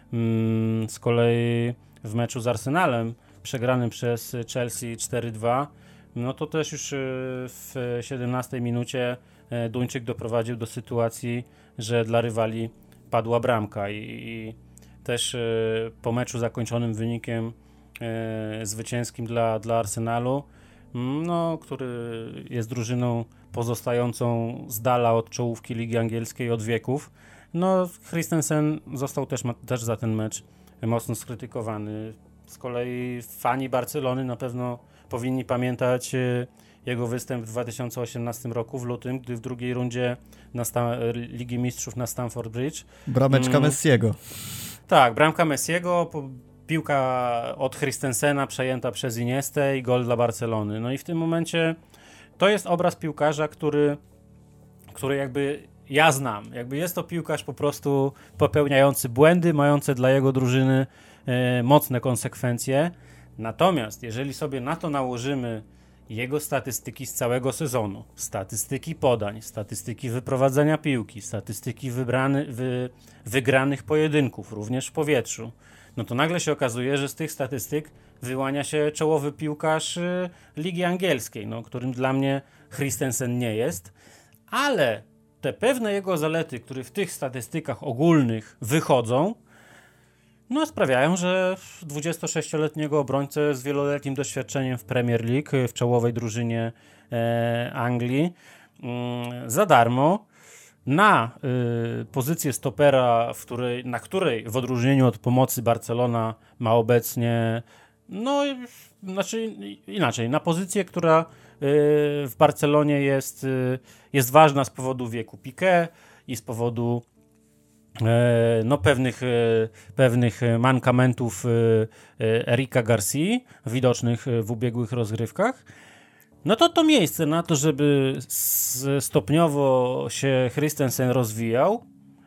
Mm, z kolei w meczu z Arsenalem, przegranym przez Chelsea cztery dwa, no to też już w siedemnastej minucie Duńczyk doprowadził do sytuacji, że dla rywali padła bramka i, i też y, po meczu zakończonym wynikiem y, zwycięskim dla, dla Arsenalu, no, który jest drużyną pozostającą z dala od czołówki Ligi Angielskiej od wieków, no Christensen został też, też za ten mecz mocno skrytykowany. Z kolei fani Barcelony na pewno powinni pamiętać y, jego występ w dwa tysiące osiemnastym roku w lutym, gdy w drugiej rundzie na sta- Ligi Mistrzów na Stamford Bridge. Brameczka mm, Messiego. Tak, bramka Messiego, po, piłka od Christensena przejęta przez Iniestę i gol dla Barcelony. No i w tym momencie to jest obraz piłkarza, który, który jakby ja znam. Jakby jest to piłkarz po prostu popełniający błędy, mający dla jego drużyny e, mocne konsekwencje. Natomiast jeżeli sobie na to nałożymy jego statystyki z całego sezonu, statystyki podań, statystyki wyprowadzania piłki, statystyki wybrany, wy, wygranych pojedynków, również w powietrzu, no to nagle się okazuje, że z tych statystyk wyłania się czołowy piłkarz y, Ligi Angielskiej, no, którym dla mnie Christensen nie jest, ale te pewne jego zalety, które w tych statystykach ogólnych wychodzą, no sprawiają, że dwudziestosześcioletniego obrońcę z wieloletnim doświadczeniem w Premier League, w czołowej drużynie e, Anglii, mm, za darmo na y, pozycję stopera, w której, na której w odróżnieniu od pomocy Barcelona ma obecnie, no znaczy inaczej, na pozycję, która y, w Barcelonie jest, y, jest ważna z powodu wieku Piqué i z powodu no pewnych, pewnych mankamentów Erika Garcia widocznych w ubiegłych rozgrywkach, no to to miejsce na to, żeby stopniowo się Christensen rozwijał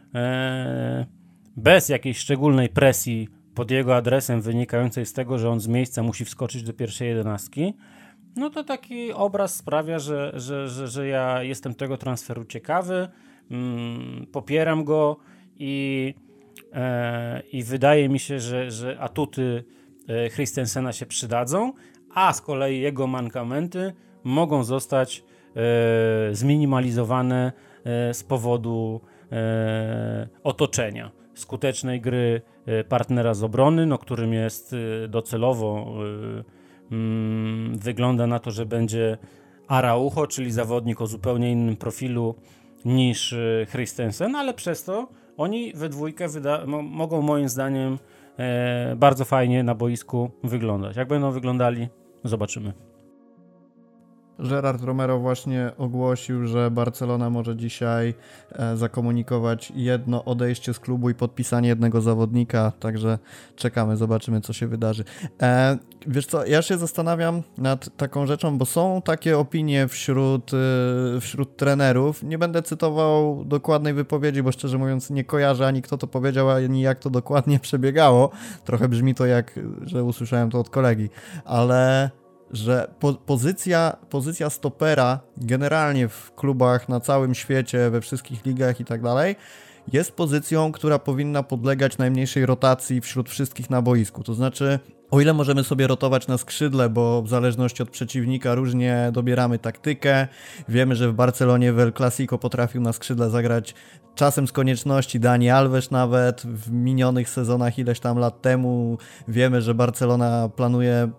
bez jakiejś szczególnej presji pod jego adresem wynikającej z tego, że on z miejsca musi wskoczyć do pierwszej jedenastki, no to taki obraz sprawia, że, że, że, że ja jestem tego transferu ciekawy, mm, popieram go i, e, i wydaje mi się, że, że atuty e, Christensena się przydadzą, a z kolei jego mankamenty mogą zostać e, zminimalizowane e, z powodu e, otoczenia. Skutecznej gry e, partnera z obrony, no, którym jest e, docelowo e, mm, wygląda na to, że będzie Araujo, czyli zawodnik o zupełnie innym profilu niż e, Christensen, ale przez to oni we dwójkę wyda- mo- mogą moim zdaniem e, bardzo fajnie na boisku wyglądać. Jak będą wyglądali, zobaczymy. Gerard Romero właśnie ogłosił, że Barcelona może dzisiaj e, zakomunikować jedno odejście z klubu i podpisanie jednego zawodnika, także czekamy, zobaczymy, co się wydarzy. E, wiesz co, ja się zastanawiam nad taką rzeczą, bo są takie opinie wśród, e, wśród trenerów. Nie będę cytował dokładnej wypowiedzi, bo szczerze mówiąc nie kojarzę ani kto to powiedział, ani jak to dokładnie przebiegało. Trochę brzmi to jak, że usłyszałem to od kolegi, ale że po, pozycja, pozycja stopera generalnie w klubach na całym świecie, we wszystkich ligach i tak dalej, jest pozycją, która powinna podlegać najmniejszej rotacji wśród wszystkich na boisku. To znaczy, o ile możemy sobie rotować na skrzydle, bo w zależności od przeciwnika różnie dobieramy taktykę, wiemy, że w Barcelonie w El Clasico potrafił na skrzydle zagrać czasem z konieczności Dani Alves nawet, w minionych sezonach ileś tam lat temu wiemy, że Barcelona planuje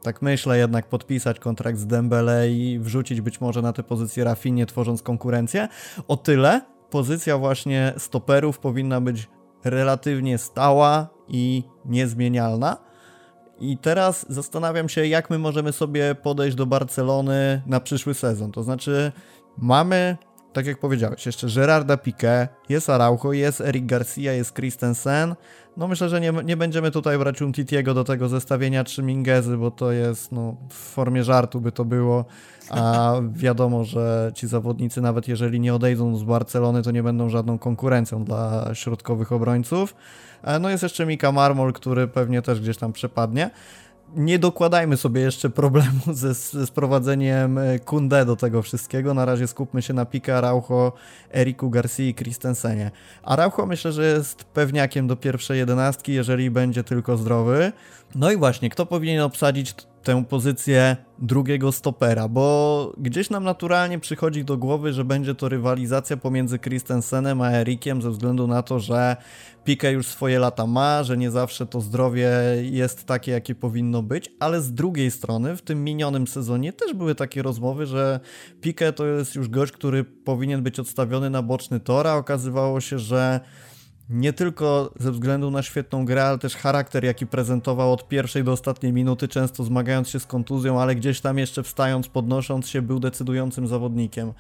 tak myślę, jednak podpisać kontrakt z Dembele i wrzucić być może na tę pozycję Rafinę, tworząc konkurencję. O tyle pozycja właśnie stoperów powinna być relatywnie stała i niezmienialna. I teraz zastanawiam się, jak my możemy sobie podejść do Barcelony na przyszły sezon. To znaczy mamy, tak jak powiedziałeś, jeszcze Gerarda Piqué, jest Araujo, jest Eric Garcia, jest Christensen. No myślę, że nie, nie będziemy tutaj brać Umtitiego do tego zestawienia czy Minguezy, bo to jest, no, w formie żartu by to było, a wiadomo, że ci zawodnicy, nawet jeżeli nie odejdą z Barcelony, to nie będą żadną konkurencją dla środkowych obrońców. No jest jeszcze Mika Marmol, który pewnie też gdzieś tam przepadnie. Nie dokładajmy sobie jeszcze problemu ze, ze sprowadzeniem Koundé do tego wszystkiego. Na razie skupmy się na Piqué, Araujo, Eriku Garcia i Christensenie. Araujo myślę, że jest pewniakiem do pierwszej jedenastki, jeżeli będzie tylko zdrowy. No i właśnie, kto powinien obsadzić tę pozycję drugiego stopera, bo gdzieś nam naturalnie przychodzi do głowy, że będzie to rywalizacja pomiędzy Christensenem a Erikiem, ze względu na to, że Piqué już swoje lata ma, że nie zawsze to zdrowie jest takie, jakie powinno być, ale z drugiej strony w tym minionym sezonie też były takie rozmowy, że Piqué to jest już gość, który powinien być odstawiony na boczny tor, a okazywało się, że nie tylko ze względu na świetną grę, ale też charakter, jaki prezentował od pierwszej do ostatniej minuty, często zmagając się z kontuzją, ale gdzieś tam jeszcze wstając, podnosząc się, był decydującym zawodnikiem.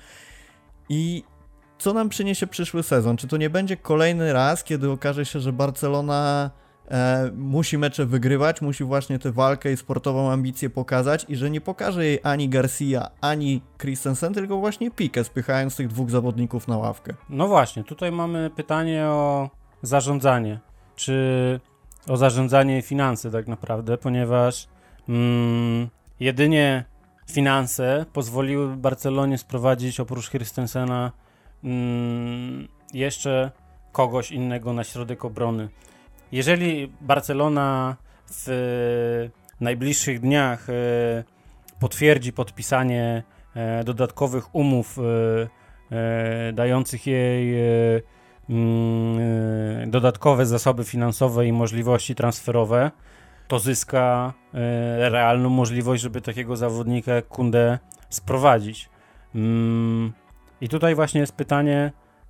I co nam przyniesie przyszły sezon? Czy to nie będzie kolejny raz, kiedy okaże się, że Barcelona e, musi mecze wygrywać, musi właśnie tę walkę i sportową ambicję pokazać i że nie pokaże jej ani Garcia, ani Christensen, tylko właśnie Piqué, spychając tych dwóch zawodników na ławkę? No właśnie, tutaj mamy pytanie o zarządzanie, czy o zarządzanie i finanse tak naprawdę, ponieważ mm, jedynie finanse pozwoliły Barcelonie sprowadzić oprócz Christensena mm, jeszcze kogoś innego na środek obrony. Jeżeli Barcelona w najbliższych dniach e, potwierdzi podpisanie e, dodatkowych umów e, e, dających jej e, mm, dodatkowe zasoby finansowe i możliwości transferowe, to zyska e, realną możliwość, żeby takiego zawodnika jak Koundé sprowadzić. Mm, I tutaj właśnie jest pytanie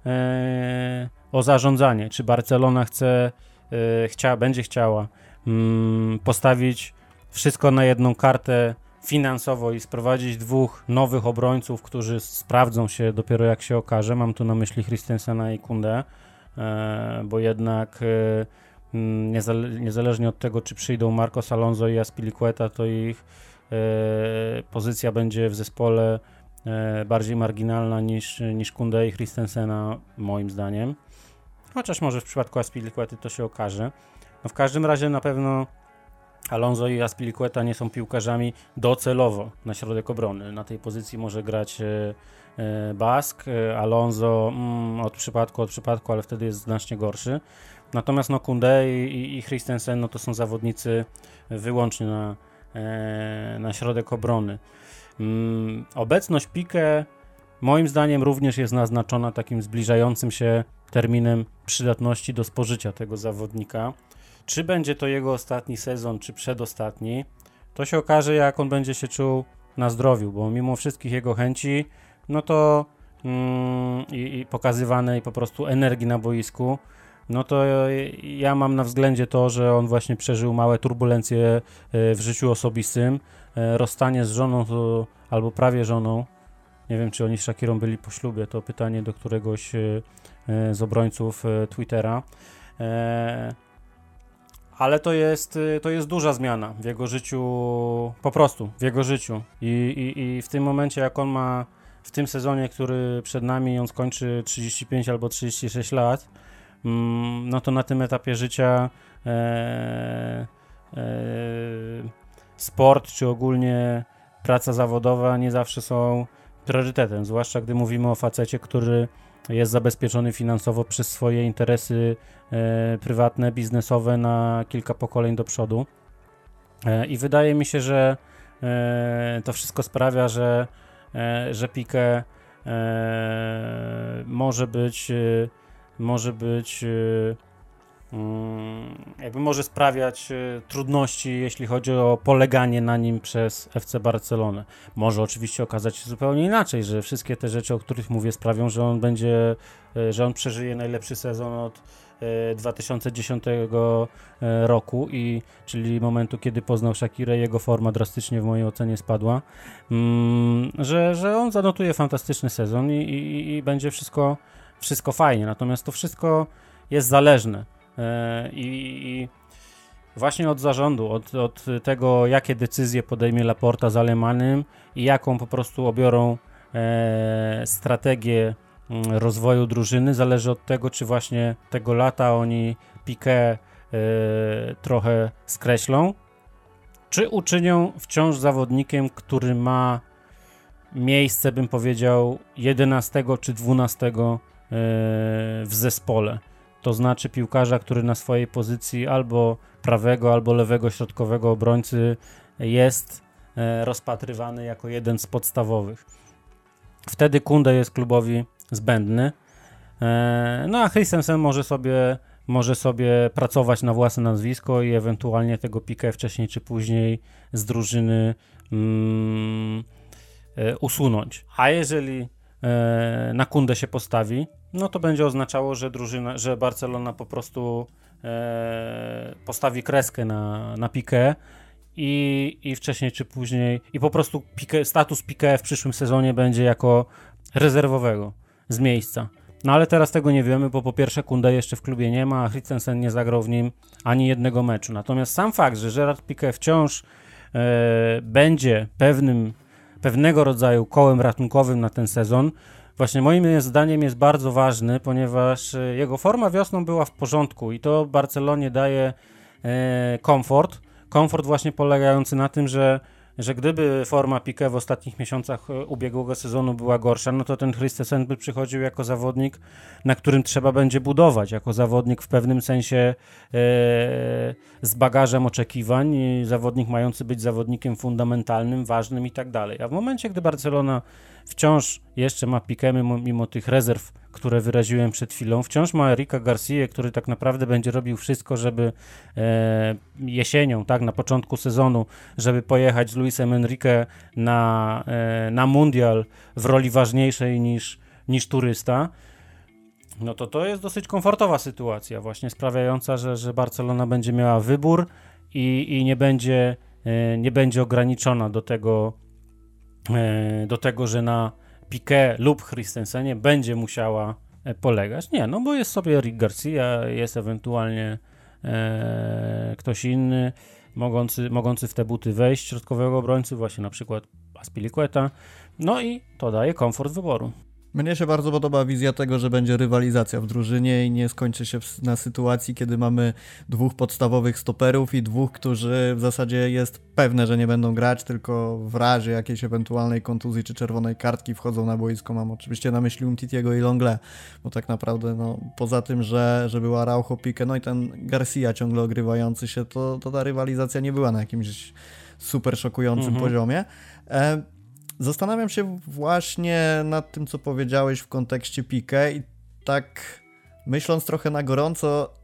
e, o zarządzanie. Czy Barcelona chce Chcia, będzie chciała mm, postawić wszystko na jedną kartę finansowo i sprowadzić dwóch nowych obrońców, którzy sprawdzą się dopiero jak się okaże. Mam tu na myśli Christensena i Koundé, e, bo jednak e, niezale- niezależnie od tego, czy przyjdą Marcos Alonso i Azpilicueta, to ich e, pozycja będzie w zespole e, bardziej marginalna niż, niż Koundé i Christensena, moim zdaniem. Chociaż może w przypadku Azpilicuety to się okaże. No w każdym razie na pewno Alonso i Azpilicueta nie są piłkarzami docelowo na środek obrony. Na tej pozycji może grać e, e, Bask, e, Alonso mm, od przypadku, od przypadku, ale wtedy jest znacznie gorszy. Natomiast no Koundé i, i Christensen no to są zawodnicy wyłącznie na, e, na środek obrony. Mm, obecność Piqué moim zdaniem również jest naznaczona takim zbliżającym się terminem przydatności do spożycia tego zawodnika. Czy będzie to jego ostatni sezon, czy przedostatni, to się okaże, jak on będzie się czuł na zdrowiu, bo mimo wszystkich jego chęci, no to mm, i, i pokazywanej po prostu energii na boisku, no to ja mam na względzie to, że on właśnie przeżył małe turbulencje w życiu osobistym, rozstanie z żoną to, albo prawie żoną. Nie wiem, czy oni z Shakirą byli po ślubie, to pytanie do któregoś z obrońców Twittera. Ale to jest, to jest duża zmiana w jego życiu, po prostu w jego życiu. I, i, i w tym momencie, jak on ma w tym sezonie, który przed nami, on skończy trzydzieści pięć albo trzydzieści sześć lat, no to na tym etapie życia e, e, sport czy ogólnie praca zawodowa nie zawsze są priorytetem, zwłaszcza gdy mówimy o facecie, który jest zabezpieczony finansowo przez swoje interesy e, prywatne, biznesowe na kilka pokoleń do przodu. E, I wydaje mi się, że e, to wszystko sprawia, że, e, że Piqué e, może być, e, może być e, jakby może sprawiać trudności, jeśli chodzi o poleganie na nim przez F C Barcelonę. Może oczywiście okazać się zupełnie inaczej, że wszystkie te rzeczy, o których mówię, sprawią, że on będzie, że on przeżyje najlepszy sezon od dwa tysiące dziesiątego roku, i czyli momentu, kiedy poznał Shakirę, jego forma drastycznie w mojej ocenie spadła, że, że on zanotuje fantastyczny sezon i, i, i będzie wszystko, wszystko fajnie. Natomiast to wszystko jest zależne i, i właśnie od zarządu, od, od tego, jakie decyzje podejmie Laporta z Alemanym i jaką po prostu obiorą e, strategię rozwoju drużyny, zależy od tego, czy właśnie tego lata oni Piqué y, trochę skreślą, czy uczynią wciąż zawodnikiem, który ma miejsce, bym powiedział, jedenastego czy dwunastego y, w zespole. To znaczy piłkarza, który na swojej pozycji albo prawego, albo lewego środkowego obrońcy jest y, rozpatrywany jako jeden z podstawowych. Wtedy Koundé jest klubowi zbędny. No a Christensen może sobie, może sobie pracować na własne nazwisko i ewentualnie tego Piqué wcześniej czy później z drużyny mm, usunąć. A jeżeli na Koundé się postawi, no to będzie oznaczało, że drużyna, że Barcelona po prostu postawi kreskę na, na Piqué i, i wcześniej czy później i po prostu Piqué, status Piqué w przyszłym sezonie będzie jako rezerwowego z miejsca. No ale teraz tego nie wiemy, bo po pierwsze Koundé jeszcze w klubie nie ma, a Christensen nie zagrał w nim ani jednego meczu. Natomiast sam fakt, że Gerard Piqué wciąż e, będzie pewnym, pewnego rodzaju kołem ratunkowym na ten sezon, właśnie moim zdaniem jest bardzo ważny, ponieważ jego forma wiosną była w porządku i to Barcelonie daje e, komfort. Komfort właśnie polegający na tym, że że gdyby forma Piqué w ostatnich miesiącach ubiegłego sezonu była gorsza, no to ten Christensen by przychodził jako zawodnik, na którym trzeba będzie budować, jako zawodnik w pewnym sensie e, z bagażem oczekiwań, zawodnik mający być zawodnikiem fundamentalnym, ważnym i tak dalej. A w momencie, gdy Barcelona wciąż jeszcze ma Piqué, mimo, mimo tych rezerw, które wyraziłem przed chwilą, wciąż ma Erika García, który tak naprawdę będzie robił wszystko, żeby e, jesienią, tak, na początku sezonu, żeby pojechać z Luisem Enrique na, e, na mundial w roli ważniejszej niż, niż turysta, no to to jest dosyć komfortowa sytuacja, właśnie sprawiająca, że, że Barcelona będzie miała wybór i, i nie będzie, e, nie będzie ograniczona do tego, do tego, że na Piqué lub Christensenie będzie musiała polegać. Nie, no bo jest sobie Eric Garcia, jest ewentualnie e, ktoś inny mogący, mogący w te buty wejść, środkowego obrońcy, właśnie na przykład Azpilicueta, no i to daje komfort wyboru. Mnie się bardzo podoba wizja tego, że będzie rywalizacja w drużynie i nie skończy się na sytuacji, kiedy mamy dwóch podstawowych stoperów i dwóch, którzy w zasadzie jest pewne, że nie będą grać, tylko w razie jakiejś ewentualnej kontuzji czy czerwonej kartki wchodzą na boisko. Mam oczywiście na myśli Umtitiego i Longlé, bo tak naprawdę no, poza tym, że, że była Araujo, Piqué, no i ten Garcia ciągle ogrywający się, to, to ta rywalizacja nie była na jakimś super szokującym mhm. poziomie. E- Zastanawiam się właśnie nad tym, co powiedziałeś w kontekście Piqué i tak myśląc trochę na gorąco,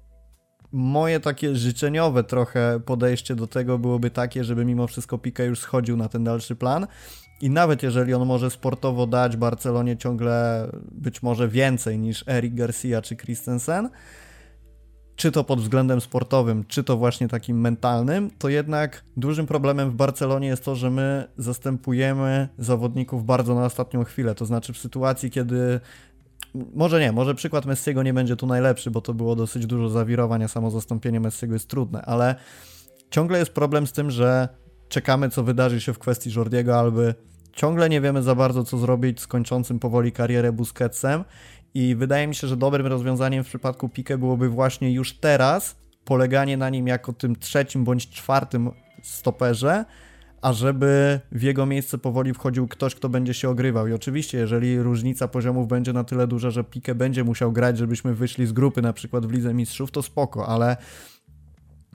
moje takie życzeniowe trochę podejście do tego byłoby takie, żeby mimo wszystko Piqué już schodził na ten dalszy plan i nawet jeżeli on może sportowo dać Barcelonie ciągle być może więcej niż Eric Garcia czy Christensen, czy to pod względem sportowym, czy to właśnie takim mentalnym, to jednak dużym problemem w Barcelonie jest to, że my zastępujemy zawodników bardzo na ostatnią chwilę, to znaczy w sytuacji, kiedy może nie, może przykład Messiego nie będzie tu najlepszy, bo to było dosyć dużo zawirowań, a samo zastąpienie Messiego jest trudne, ale ciągle jest problem z tym, że czekamy, co wydarzy się w kwestii Jordiego Alby, ciągle nie wiemy za bardzo, co zrobić z kończącym powoli karierę Busquetsem. I wydaje mi się, że dobrym rozwiązaniem w przypadku Piqué byłoby właśnie już teraz poleganie na nim jako tym trzecim bądź czwartym stoperze, a żeby w jego miejsce powoli wchodził ktoś, kto będzie się ogrywał. I oczywiście, jeżeli różnica poziomów będzie na tyle duża, że Piqué będzie musiał grać, żebyśmy wyszli z grupy na przykład w Lidze Mistrzów, to spoko, ale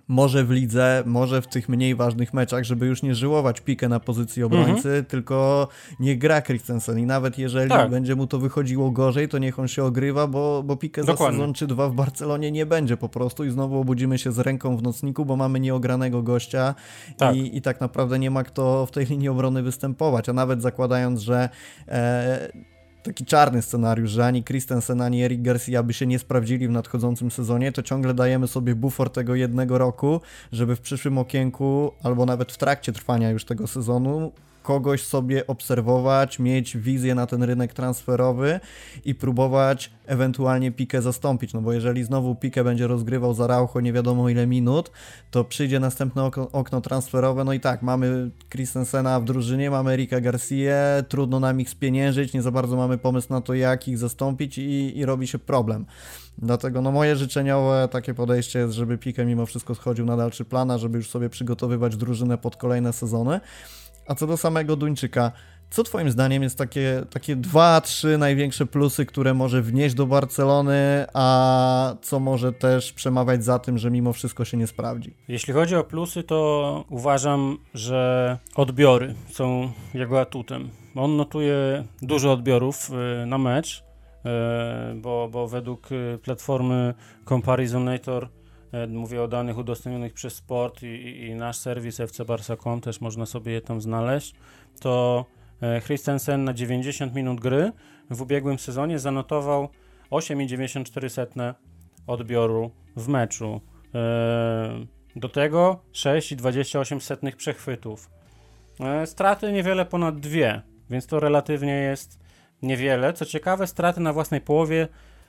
może w lidze, może w tych mniej ważnych meczach, żeby już nie żyłować Piqué na pozycji obrońcy, mhm. tylko niech gra Christensen i nawet jeżeli tak. będzie mu to wychodziło gorzej, to niech on się ogrywa, bo, bo Piqué za sezon czy dwa w Barcelonie nie będzie po prostu i znowu obudzimy się z ręką w nocniku, bo mamy nieogranego gościa tak. I, i tak naprawdę nie ma kto w tej linii obrony występować, a nawet zakładając, że e, taki czarny scenariusz, że ani Christensen, ani Eric Garcia by się nie sprawdzili w nadchodzącym sezonie, to ciągle dajemy sobie bufor tego jednego roku, żeby w przyszłym okienku, albo nawet w trakcie trwania już tego sezonu, kogoś sobie obserwować, mieć wizję na ten rynek transferowy i próbować ewentualnie Piqué zastąpić, no bo jeżeli znowu Piqué będzie rozgrywał za Araujo nie wiadomo ile minut, to przyjdzie następne okno, okno transferowe, no i tak, mamy Christensena w drużynie, mamy Erika Garcię, trudno nam ich spieniężyć, nie za bardzo mamy pomysł na to, jak ich zastąpić i, i robi się problem. Dlatego no moje życzeniowe takie podejście jest, żeby Piqué mimo wszystko schodził na dalszy plan, a żeby już sobie przygotowywać drużynę pod kolejne sezony. A co do samego Duńczyka, co twoim zdaniem jest takie, takie dwa, trzy największe plusy, które może wnieść do Barcelony, a co może też przemawiać za tym, że mimo wszystko się nie sprawdzi? Jeśli chodzi o plusy, to uważam, że odbiory są jego atutem. On notuje dużo odbiorów na mecz, bo, bo według platformy Comparisonator, mówię o danych udostępnionych przez Sport i, i, i nasz serwis f c barca kropka com, też można sobie je tam znaleźć, to Christensen na dziewięćdziesiąt minut gry w ubiegłym sezonie zanotował osiem przecinek dziewięćdziesiąt cztery odbioru w meczu. Do tego sześć przecinek dwadzieścia osiem przechwytów. Straty niewiele ponad dwie, więc to relatywnie jest niewiele. Co ciekawe, straty na własnej połowie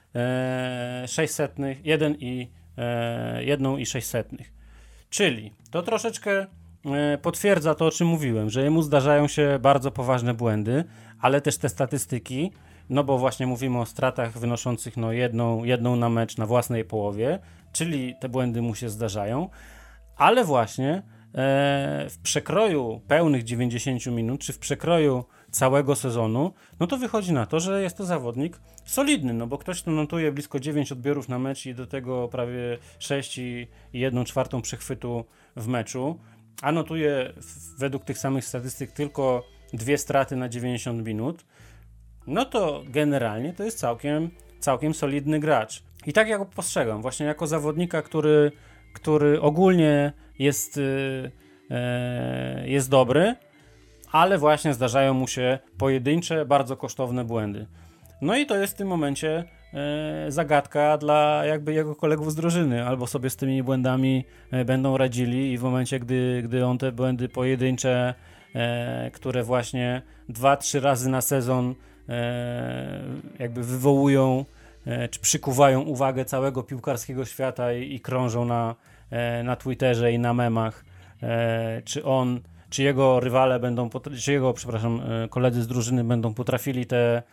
sześć setnych, jeden i jedną i sześć setnych. Czyli to troszeczkę potwierdza to, o czym mówiłem, że jemu zdarzają się bardzo poważne błędy, ale też te statystyki, no bo właśnie mówimy o stratach wynoszących no jedną, jedną na mecz na własnej połowie, czyli te błędy mu się zdarzają, ale właśnie w przekroju pełnych dziewięćdziesiąt minut, czy w przekroju całego sezonu, no to wychodzi na to, że jest to zawodnik solidny, no bo ktoś, kto notuje blisko dziewięć odbiorów na mecz i do tego prawie sześć i jedną czwartą przechwytu w meczu, a notuje według tych samych statystyk tylko dwie straty na dziewięćdziesiąt minut, no to generalnie to jest całkiem, całkiem solidny gracz. I tak jak postrzegam, właśnie jako zawodnika, który, który ogólnie jest, yy, yy, jest dobry, ale właśnie zdarzają mu się pojedyncze, bardzo kosztowne błędy. No i to jest w tym momencie e, zagadka dla jakby jego kolegów z drużyny. Albo sobie z tymi błędami e, będą radzili i w momencie, gdy, gdy on te błędy pojedyncze, e, które właśnie dwa, trzy razy na sezon e, jakby wywołują, e, czy przykuwają uwagę całego piłkarskiego świata i, i krążą na, e, na Twitterze i na memach, e, czy on czy jego rywale będą, czy jego, przepraszam, koledzy z drużyny będą potrafili te,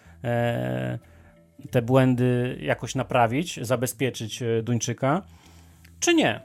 te błędy jakoś naprawić, zabezpieczyć Duńczyka, czy nie.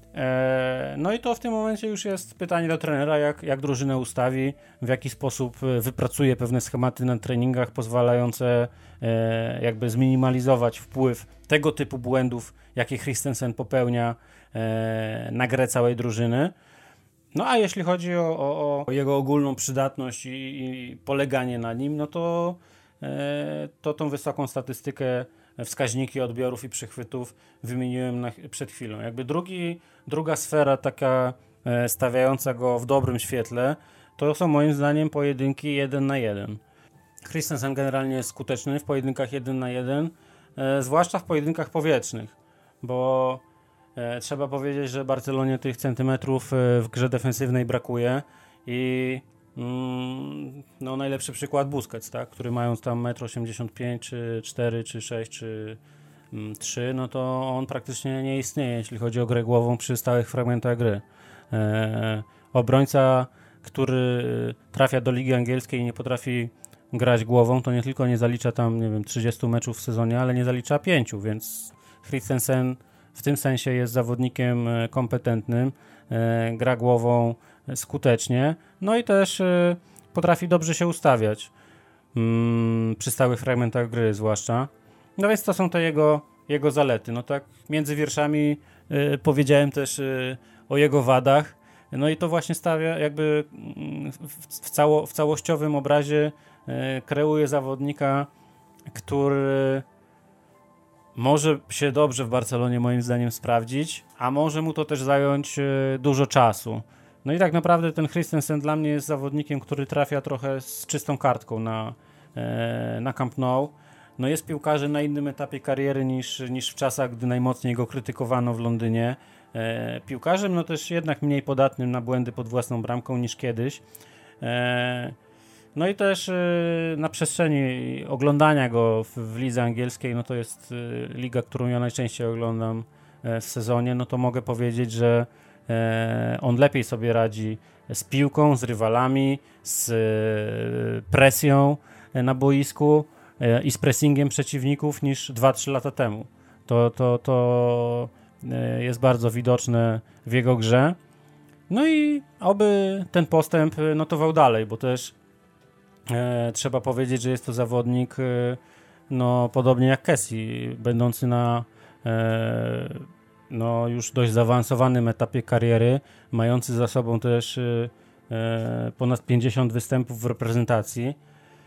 No i to w tym momencie już jest pytanie do trenera, jak, jak drużynę ustawi, w jaki sposób wypracuje pewne schematy na treningach pozwalające jakby zminimalizować wpływ tego typu błędów, jakie Christensen popełnia na grę całej drużyny. No a jeśli chodzi o, o, o jego ogólną przydatność i, i poleganie na nim, no to, e, to tą wysoką statystykę, wskaźniki odbiorów i przechwytów wymieniłem na, przed chwilą. Jakby drugi, druga sfera taka e, stawiająca go w dobrym świetle, to są moim zdaniem pojedynki jeden na jeden. Christensen generalnie jest skuteczny w pojedynkach jeden na jeden, e, zwłaszcza w pojedynkach powietrznych, bo E, trzeba powiedzieć, że Barcelonie tych centymetrów e, w grze defensywnej brakuje i mm, no najlepszy przykład Busquets, tak, który mając tam metr osiemdziesiąt pięć, czy cztery, czy sześć, czy mm, trzy, no to on praktycznie nie istnieje, jeśli chodzi o grę głową przy stałych fragmentach gry. E, obrońca, który trafia do Ligi Angielskiej i nie potrafi grać głową, to nie tylko nie zalicza tam, nie wiem, trzydziestu meczów w sezonie, ale nie zalicza pięciu, więc Christensen w tym sensie jest zawodnikiem kompetentnym, e, gra głową skutecznie, no i też e, potrafi dobrze się ustawiać mm, przy stałych fragmentach gry zwłaszcza. No więc to są te jego, jego zalety. No tak między wierszami y, powiedziałem też y, o jego wadach. No i to właśnie stawia jakby w, w, cało, w całościowym obrazie y, kreuje zawodnika, który może się dobrze w Barcelonie moim zdaniem sprawdzić, a może mu to też zająć y, dużo czasu. No i tak naprawdę ten Christensen dla mnie jest zawodnikiem, który trafia trochę z czystą kartką na, y, na Camp Nou. No jest piłkarzem na innym etapie kariery niż, niż w czasach, gdy najmocniej go krytykowano w Londynie. E, piłkarzem no też jednak mniej podatnym na błędy pod własną bramką niż kiedyś. E, no i też e, na przestrzeni oglądania go w, w lidze angielskiej, no to jest e, liga, którą ja najczęściej oglądam e, w sezonie, no to mogę powiedzieć, że e, on lepiej sobie radzi z piłką, z rywalami, z e, presją e, na boisku i z pressingiem przeciwników niż dwa trzy lata temu. To, to, to jest bardzo widoczne w jego grze. No i oby ten postęp notował dalej, bo też e, trzeba powiedzieć, że jest to zawodnik e, no, podobnie jak Kessie, będący na e, no, już dość zaawansowanym etapie kariery, mający za sobą też e, ponad pięćdziesiąt występów w reprezentacji.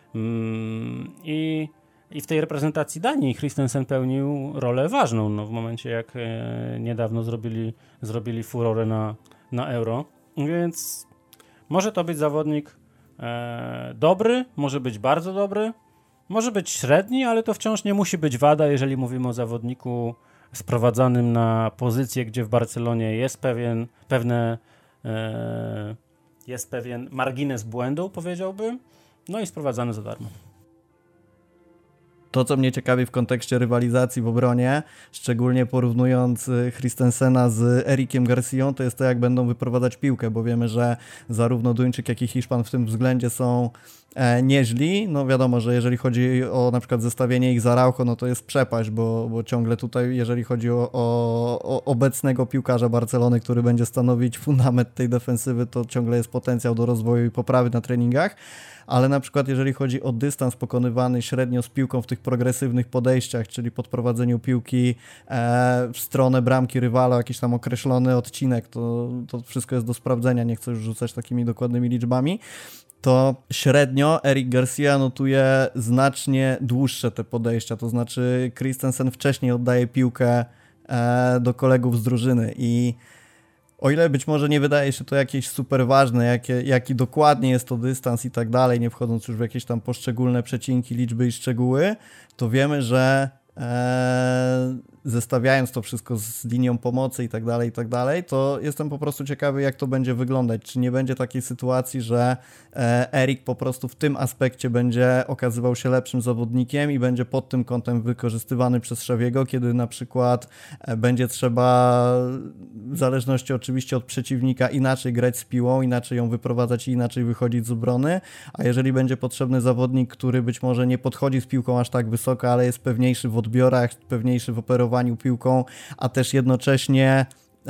I, I w tej reprezentacji Danii Christensen pełnił rolę ważną, no, w momencie jak e, niedawno zrobili, zrobili furorę na, na Euro, więc może to być zawodnik e, dobry, może być bardzo dobry, może być średni, ale to wciąż nie musi być wada, jeżeli mówimy o zawodniku sprowadzanym na pozycję, gdzie w Barcelonie jest pewien, pewne e, jest pewien margines błędu, powiedziałbym. No i sprowadzany za darmo. To, co mnie ciekawi w kontekście rywalizacji w obronie, szczególnie porównując Christensena z Erikiem Garcją, to jest to, jak będą wyprowadzać piłkę, bo wiemy, że zarówno Duńczyk, jak i Hiszpan w tym względzie są e, nieźli. No wiadomo, że jeżeli chodzi o na przykład zestawienie ich z Araujo, no to jest przepaść, bo, bo ciągle tutaj, jeżeli chodzi o, o, o obecnego piłkarza Barcelony, który będzie stanowić fundament tej defensywy, to ciągle jest potencjał do rozwoju i poprawy na treningach. Ale na przykład jeżeli chodzi o dystans pokonywany średnio z piłką w tych progresywnych podejściach, czyli podprowadzeniu piłki e, w stronę bramki rywala, jakiś tam określony odcinek, to, to wszystko jest do sprawdzenia, nie chcę już rzucać takimi dokładnymi liczbami, to średnio Eric Garcia notuje znacznie dłuższe te podejścia, to znaczy Christensen wcześniej oddaje piłkę e, do kolegów z drużyny i o ile być może nie wydaje się to jakieś super ważne, jakie, jaki dokładnie jest to dystans i tak dalej, nie wchodząc już w jakieś tam poszczególne przecinki, liczby i szczegóły, to wiemy, że e, zestawiając to wszystko z linią pomocy i tak dalej, i tak dalej, to jestem po prostu ciekawy, jak to będzie wyglądać. Czy nie będzie takiej sytuacji, że e, Erik po prostu w tym aspekcie będzie okazywał się lepszym zawodnikiem i będzie pod tym kątem wykorzystywany przez Xaviego, kiedy na przykład e, będzie trzeba w zależności oczywiście od przeciwnika inaczej grać z piłą, inaczej ją wyprowadzać i inaczej wychodzić z obrony, a jeżeli będzie potrzebny zawodnik, który być może nie podchodzi z piłką aż tak wysoko, ale jest pewniejszy w odbiorach, pewniejszy w operowaniu piłką, a też jednocześnie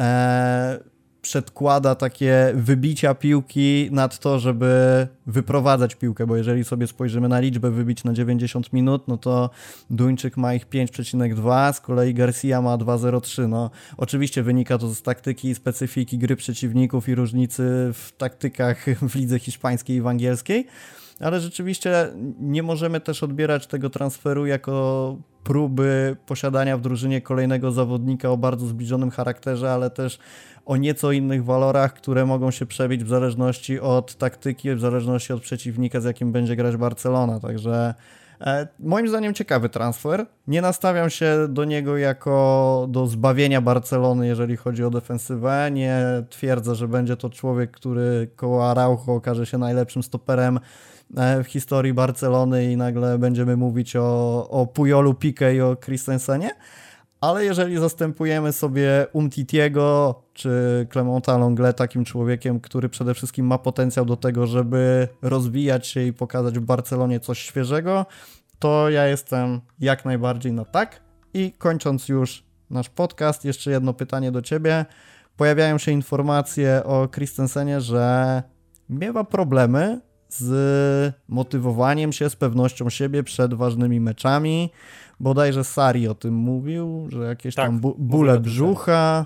e, przedkłada takie wybicia piłki nad to, żeby wyprowadzać piłkę, bo jeżeli sobie spojrzymy na liczbę wybić na dziewięćdziesiąt minut, no to Duńczyk ma ich pięć przecinek dwa, z kolei Garcia ma dwa przecinek zero trzy. No, oczywiście wynika to z taktyki i specyfiki gry przeciwników i różnicy w taktykach w lidze hiszpańskiej i w angielskiej, ale rzeczywiście nie możemy też odbierać tego transferu jako próby posiadania w drużynie kolejnego zawodnika o bardzo zbliżonym charakterze, ale też o nieco innych walorach, które mogą się przebić w zależności od taktyki, w zależności od przeciwnika, z jakim będzie grać Barcelona. Także e, moim zdaniem ciekawy transfer. Nie nastawiam się do niego jako do zbawienia Barcelony, jeżeli chodzi o defensywę. Nie twierdzę, że będzie to człowiek, który koło Araujo okaże się najlepszym stoperem w historii Barcelony i nagle będziemy mówić o, o Puyolu, Piqué i o Christensenie, ale jeżeli zastępujemy sobie Umtitiego czy Clementa Lenglet takim człowiekiem, który przede wszystkim ma potencjał do tego, żeby rozwijać się i pokazać w Barcelonie coś świeżego, to ja jestem jak najbardziej na tak. I kończąc już nasz podcast, jeszcze jedno pytanie do Ciebie. Pojawiają się informacje o Christensenie, że miewa problemy z motywowaniem się, z pewnością siebie przed ważnymi meczami. Bodajże Sarri o tym mówił, że jakieś tak, tam bu- bóle brzucha.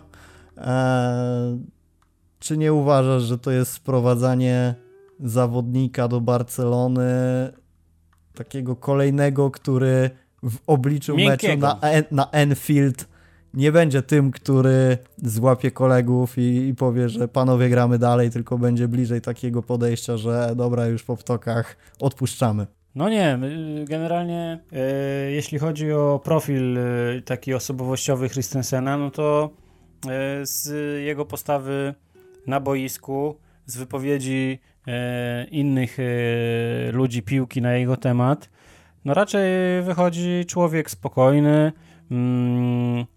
E, czy nie uważasz, że to jest sprowadzanie zawodnika do Barcelony, takiego kolejnego, który w obliczu Miękkiego. meczu na, na Anfield nie będzie tym, który złapie kolegów i, i powie, że panowie gramy dalej, tylko będzie bliżej takiego podejścia, że dobra, już po wtokach odpuszczamy. No nie, generalnie e, jeśli chodzi o profil e, taki osobowościowy Christensena, no to e, z jego postawy na boisku, z wypowiedzi e, innych e, ludzi piłki na jego temat, no raczej wychodzi człowiek spokojny, mm, e,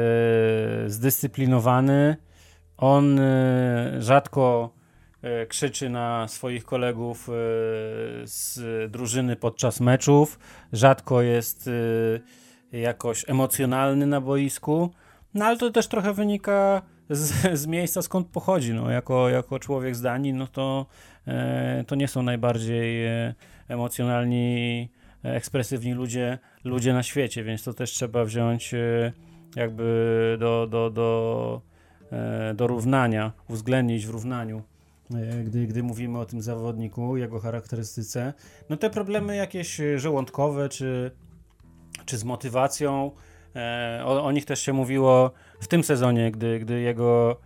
zdyscyplinowany. On e, rzadko e, krzyczy na swoich kolegów e, z drużyny podczas meczów, rzadko jest e, jakoś emocjonalny na boisku, no ale to też trochę wynika z, z miejsca, skąd pochodzi. No, jako, jako człowiek z Danii, no to, e, to nie są najbardziej e, emocjonalni, e, ekspresywni ludzie, ludzie na świecie, więc to też trzeba wziąć e, jakby do, do, do, e, do równania, uwzględnić w równaniu, e, gdy, gdy mówimy o tym zawodniku, jego charakterystyce. No te problemy jakieś żołądkowe, czy, czy z motywacją, E, o, o nich też się mówiło w tym sezonie, gdy, gdy jego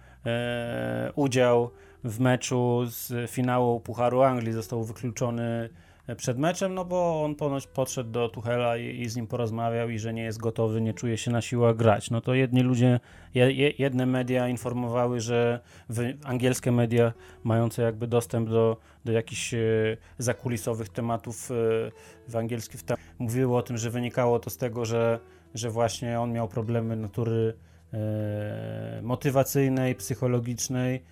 e, udział w meczu z finału Pucharu Anglii został wykluczony przed meczem, no bo on ponoć podszedł do Tuchela i, i z nim porozmawiał i że nie jest gotowy, nie czuje się na siłach grać. No to jedni ludzie, je, jedne media informowały, że w, angielskie media mające jakby dostęp do, do jakichś e, zakulisowych tematów e, w angielskim mówiły o tym, że wynikało to z tego, że że właśnie on miał problemy natury e, motywacyjnej, psychologicznej,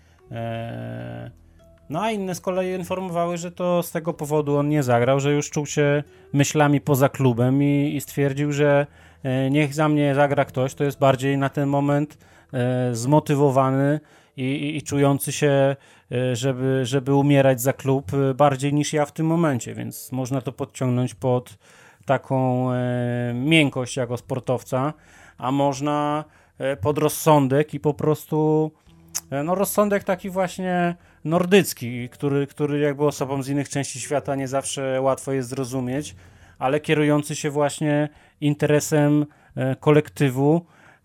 e, no a inne z kolei informowały, że to z tego powodu on nie zagrał, że już czuł się myślami poza klubem i, i stwierdził, że e, niech za mnie zagra ktoś, to jest bardziej na ten moment e, zmotywowany i, i, i czujący się, e, żeby, żeby umierać za klub e, bardziej niż ja w tym momencie, więc można to podciągnąć pod taką e, miękkość jako sportowca, a można e, pod rozsądek i po prostu e, no rozsądek taki właśnie nordycki, który, który jakby osobom z innych części świata nie zawsze łatwo jest zrozumieć, ale kierujący się właśnie interesem e, kolektywu,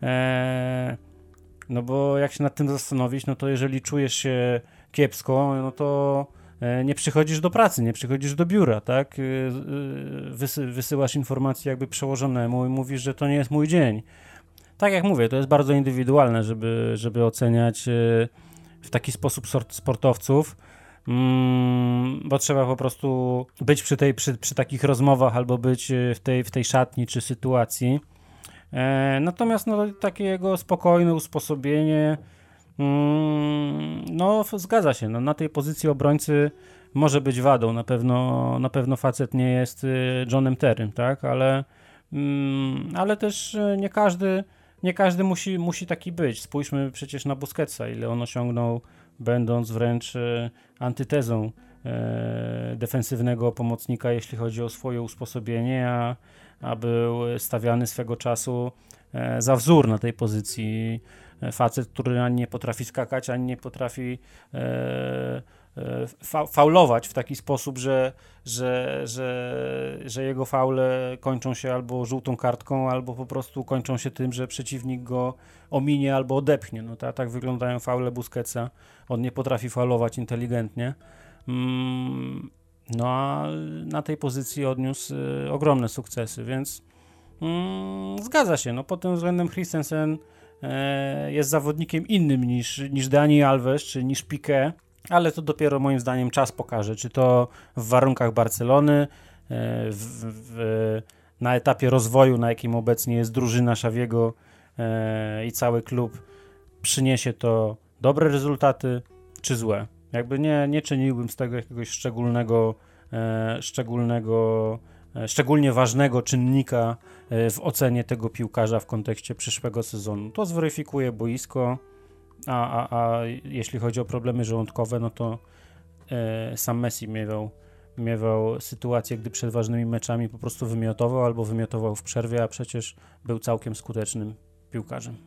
e, no bo jak się nad tym zastanowić, no to jeżeli czujesz się kiepsko, no to nie przychodzisz do pracy, nie przychodzisz do biura, tak? Wysy- wysyłasz informację jakby przełożonemu i mówisz, że to nie jest mój dzień. Tak jak mówię, to jest bardzo indywidualne, żeby, żeby oceniać w taki sposób sort sportowców, mm, bo trzeba po prostu być przy, tej, przy, przy takich rozmowach albo być w tej, w tej szatni czy sytuacji. E, natomiast no, takie jego spokojne usposobienie, no zgadza się, no, na tej pozycji obrońcy może być wadą, na pewno, na pewno facet nie jest Johnem Terrym, tak, ale, mm, ale też nie każdy, nie każdy musi, musi taki być. Spójrzmy przecież na Busquetsa, ile on osiągnął, będąc wręcz antytezą e, defensywnego pomocnika, jeśli chodzi o swoje usposobienie, a, a był stawiany swego czasu e, za wzór na tej pozycji. Facet, który ani nie potrafi skakać, ani nie potrafi e, e, fa faulować w taki sposób, że, że, że, że jego faule kończą się albo żółtą kartką, albo po prostu kończą się tym, że przeciwnik go ominie albo odepchnie. No to, tak wyglądają faule Busquetsa. On nie potrafi faulować inteligentnie. Mm, no a na tej pozycji odniósł y, ogromne sukcesy, więc mm, zgadza się. No pod tym względem Christensen jest zawodnikiem innym niż, niż Dani Alves czy niż Piqué, ale to dopiero moim zdaniem czas pokaże, czy to w warunkach Barcelony, w, w, na etapie rozwoju, na jakim obecnie jest drużyna Xaviego i cały klub, przyniesie to dobre rezultaty, czy złe. Jakby nie, nie czyniłbym z tego jakiegoś szczególnego, szczególnego szczególnie ważnego czynnika w ocenie tego piłkarza w kontekście przyszłego sezonu. To zweryfikuje boisko, a, a, a jeśli chodzi o problemy żołądkowe, no to e, sam Messi miewał miewał sytuację, gdy przed ważnymi meczami po prostu wymiotował albo wymiotował w przerwie, a przecież był całkiem skutecznym piłkarzem.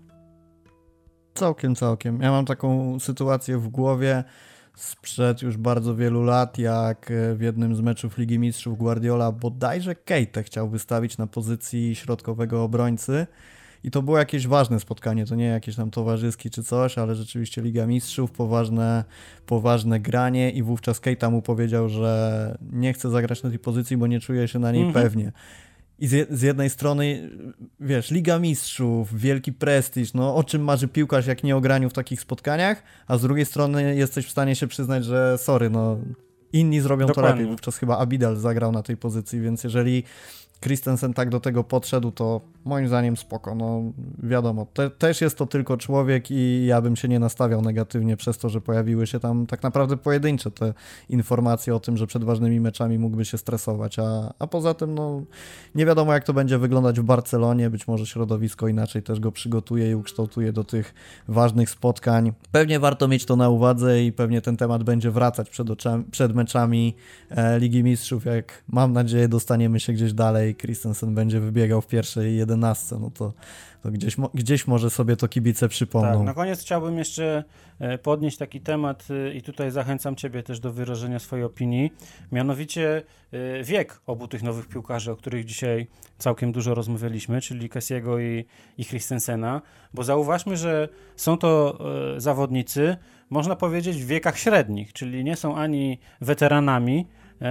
Całkiem, całkiem. Ja mam taką sytuację w głowie sprzed już bardzo wielu lat, jak w jednym z meczów Ligi Mistrzów Guardiola bodajże Keitę chciał wystawić na pozycji środkowego obrońcy i to było jakieś ważne spotkanie, to nie jakieś tam towarzyskie czy coś, ale rzeczywiście Liga Mistrzów, poważne, poważne granie i wówczas Keita mu powiedział, że nie chce zagrać na tej pozycji, bo nie czuje się na niej Mhm. pewnie. I z, z jednej strony, wiesz, Liga Mistrzów, wielki prestiż, no o czym marzy piłkarz, jak nie o graniu w takich spotkaniach, a z drugiej strony jesteś w stanie się przyznać, że sorry, no inni zrobią Dokładnie. to lepiej. Wówczas chyba Abidal zagrał na tej pozycji, więc jeżeli Christensen tak do tego podszedł, to moim zdaniem spoko, no wiadomo, te, też jest to tylko człowiek i ja bym się nie nastawiał negatywnie przez to, że pojawiły się tam tak naprawdę pojedyncze te informacje o tym, że przed ważnymi meczami mógłby się stresować, a, a poza tym no nie wiadomo jak to będzie wyglądać w Barcelonie, być może środowisko inaczej też go przygotuje i ukształtuje do tych ważnych spotkań. Pewnie warto mieć to na uwadze i pewnie ten temat będzie wracać przed, oczami, przed meczami e, Ligi Mistrzów, jak mam nadzieję dostaniemy się gdzieś dalej, Christensen będzie wybiegał w pierwszej jedenastce, no to, to gdzieś, mo- gdzieś może sobie to kibice przypomną. Tak, na koniec chciałbym jeszcze e, podnieść taki temat e, i tutaj zachęcam Ciebie też do wyrażenia swojej opinii, mianowicie e, wiek obu tych nowych piłkarzy, o których dzisiaj całkiem dużo rozmawialiśmy, czyli Kessiego i, i Christensena, bo zauważmy, że są to e, zawodnicy, można powiedzieć, w wiekach średnich, czyli nie są ani weteranami,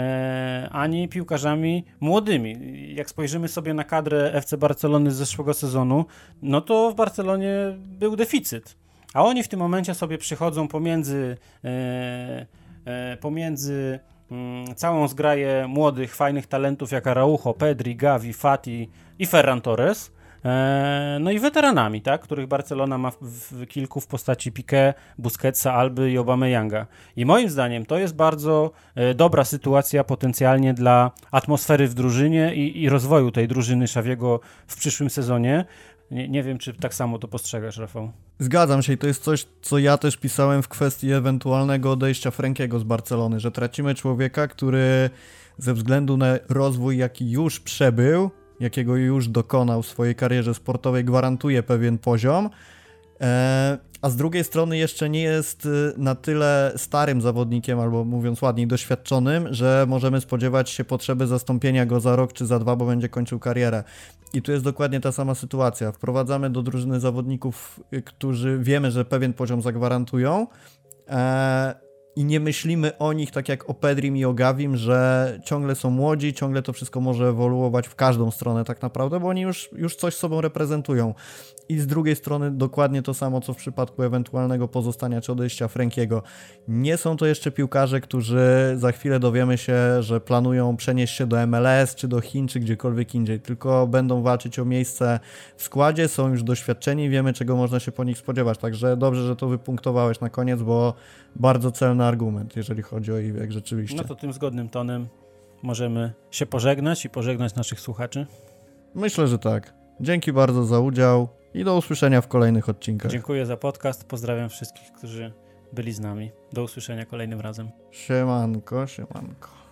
E, ani piłkarzami młodymi. Jak spojrzymy sobie na kadrę F C Barcelony z zeszłego sezonu, no to w Barcelonie był deficyt, a oni w tym momencie sobie przychodzą pomiędzy e, e, pomiędzy mm, całą zgraję młodych, fajnych talentów jak Araujo, Pedri, Gavi, Fati i Ferran Torres, e, no i weteranami, tak, których Barcelona ma w, w kilku w postaci Piqué, Busquetsa, Alby i Aubameyanga. I moim zdaniem to jest bardzo e, dobra sytuacja potencjalnie dla atmosfery w drużynie i, i rozwoju tej drużyny Xaviego w przyszłym sezonie. Nie, nie wiem, czy tak samo to postrzegasz, Rafał. Zgadzam się i to jest coś, co ja też pisałem w kwestii ewentualnego odejścia Frankiego z Barcelony, że tracimy człowieka, który ze względu na rozwój, jaki już przebył, jakiego już dokonał w swojej karierze sportowej, gwarantuje pewien poziom, e, a z drugiej strony jeszcze nie jest na tyle starym zawodnikiem, albo mówiąc ładniej, doświadczonym, że możemy spodziewać się potrzeby zastąpienia go za rok czy za dwa, bo będzie kończył karierę. I tu jest dokładnie ta sama sytuacja. Wprowadzamy do drużyny zawodników, którzy wiemy, że pewien poziom zagwarantują, e, i nie myślimy o nich tak jak o Pedrim i o Gavim, że ciągle są młodzi, ciągle to wszystko może ewoluować w każdą stronę tak naprawdę, bo oni już, już coś sobą reprezentują. I z drugiej strony dokładnie to samo, co w przypadku ewentualnego pozostania czy odejścia Frankiego. Nie są to jeszcze piłkarze, którzy za chwilę dowiemy się, że planują przenieść się do M L S, czy do Chin, czy gdziekolwiek indziej, tylko będą walczyć o miejsce w składzie, są już doświadczeni, wiemy, czego można się po nich spodziewać. Także dobrze, że to wypunktowałeś na koniec, bo bardzo celny argument, jeżeli chodzi o ich wiek rzeczywiście. No to tym zgodnym tonem możemy się pożegnać i pożegnać naszych słuchaczy. Myślę, że tak. Dzięki bardzo za udział i do usłyszenia w kolejnych odcinkach. Dziękuję za podcast, pozdrawiam wszystkich, którzy byli z nami. Do usłyszenia kolejnym razem. Siemanko, siemanko.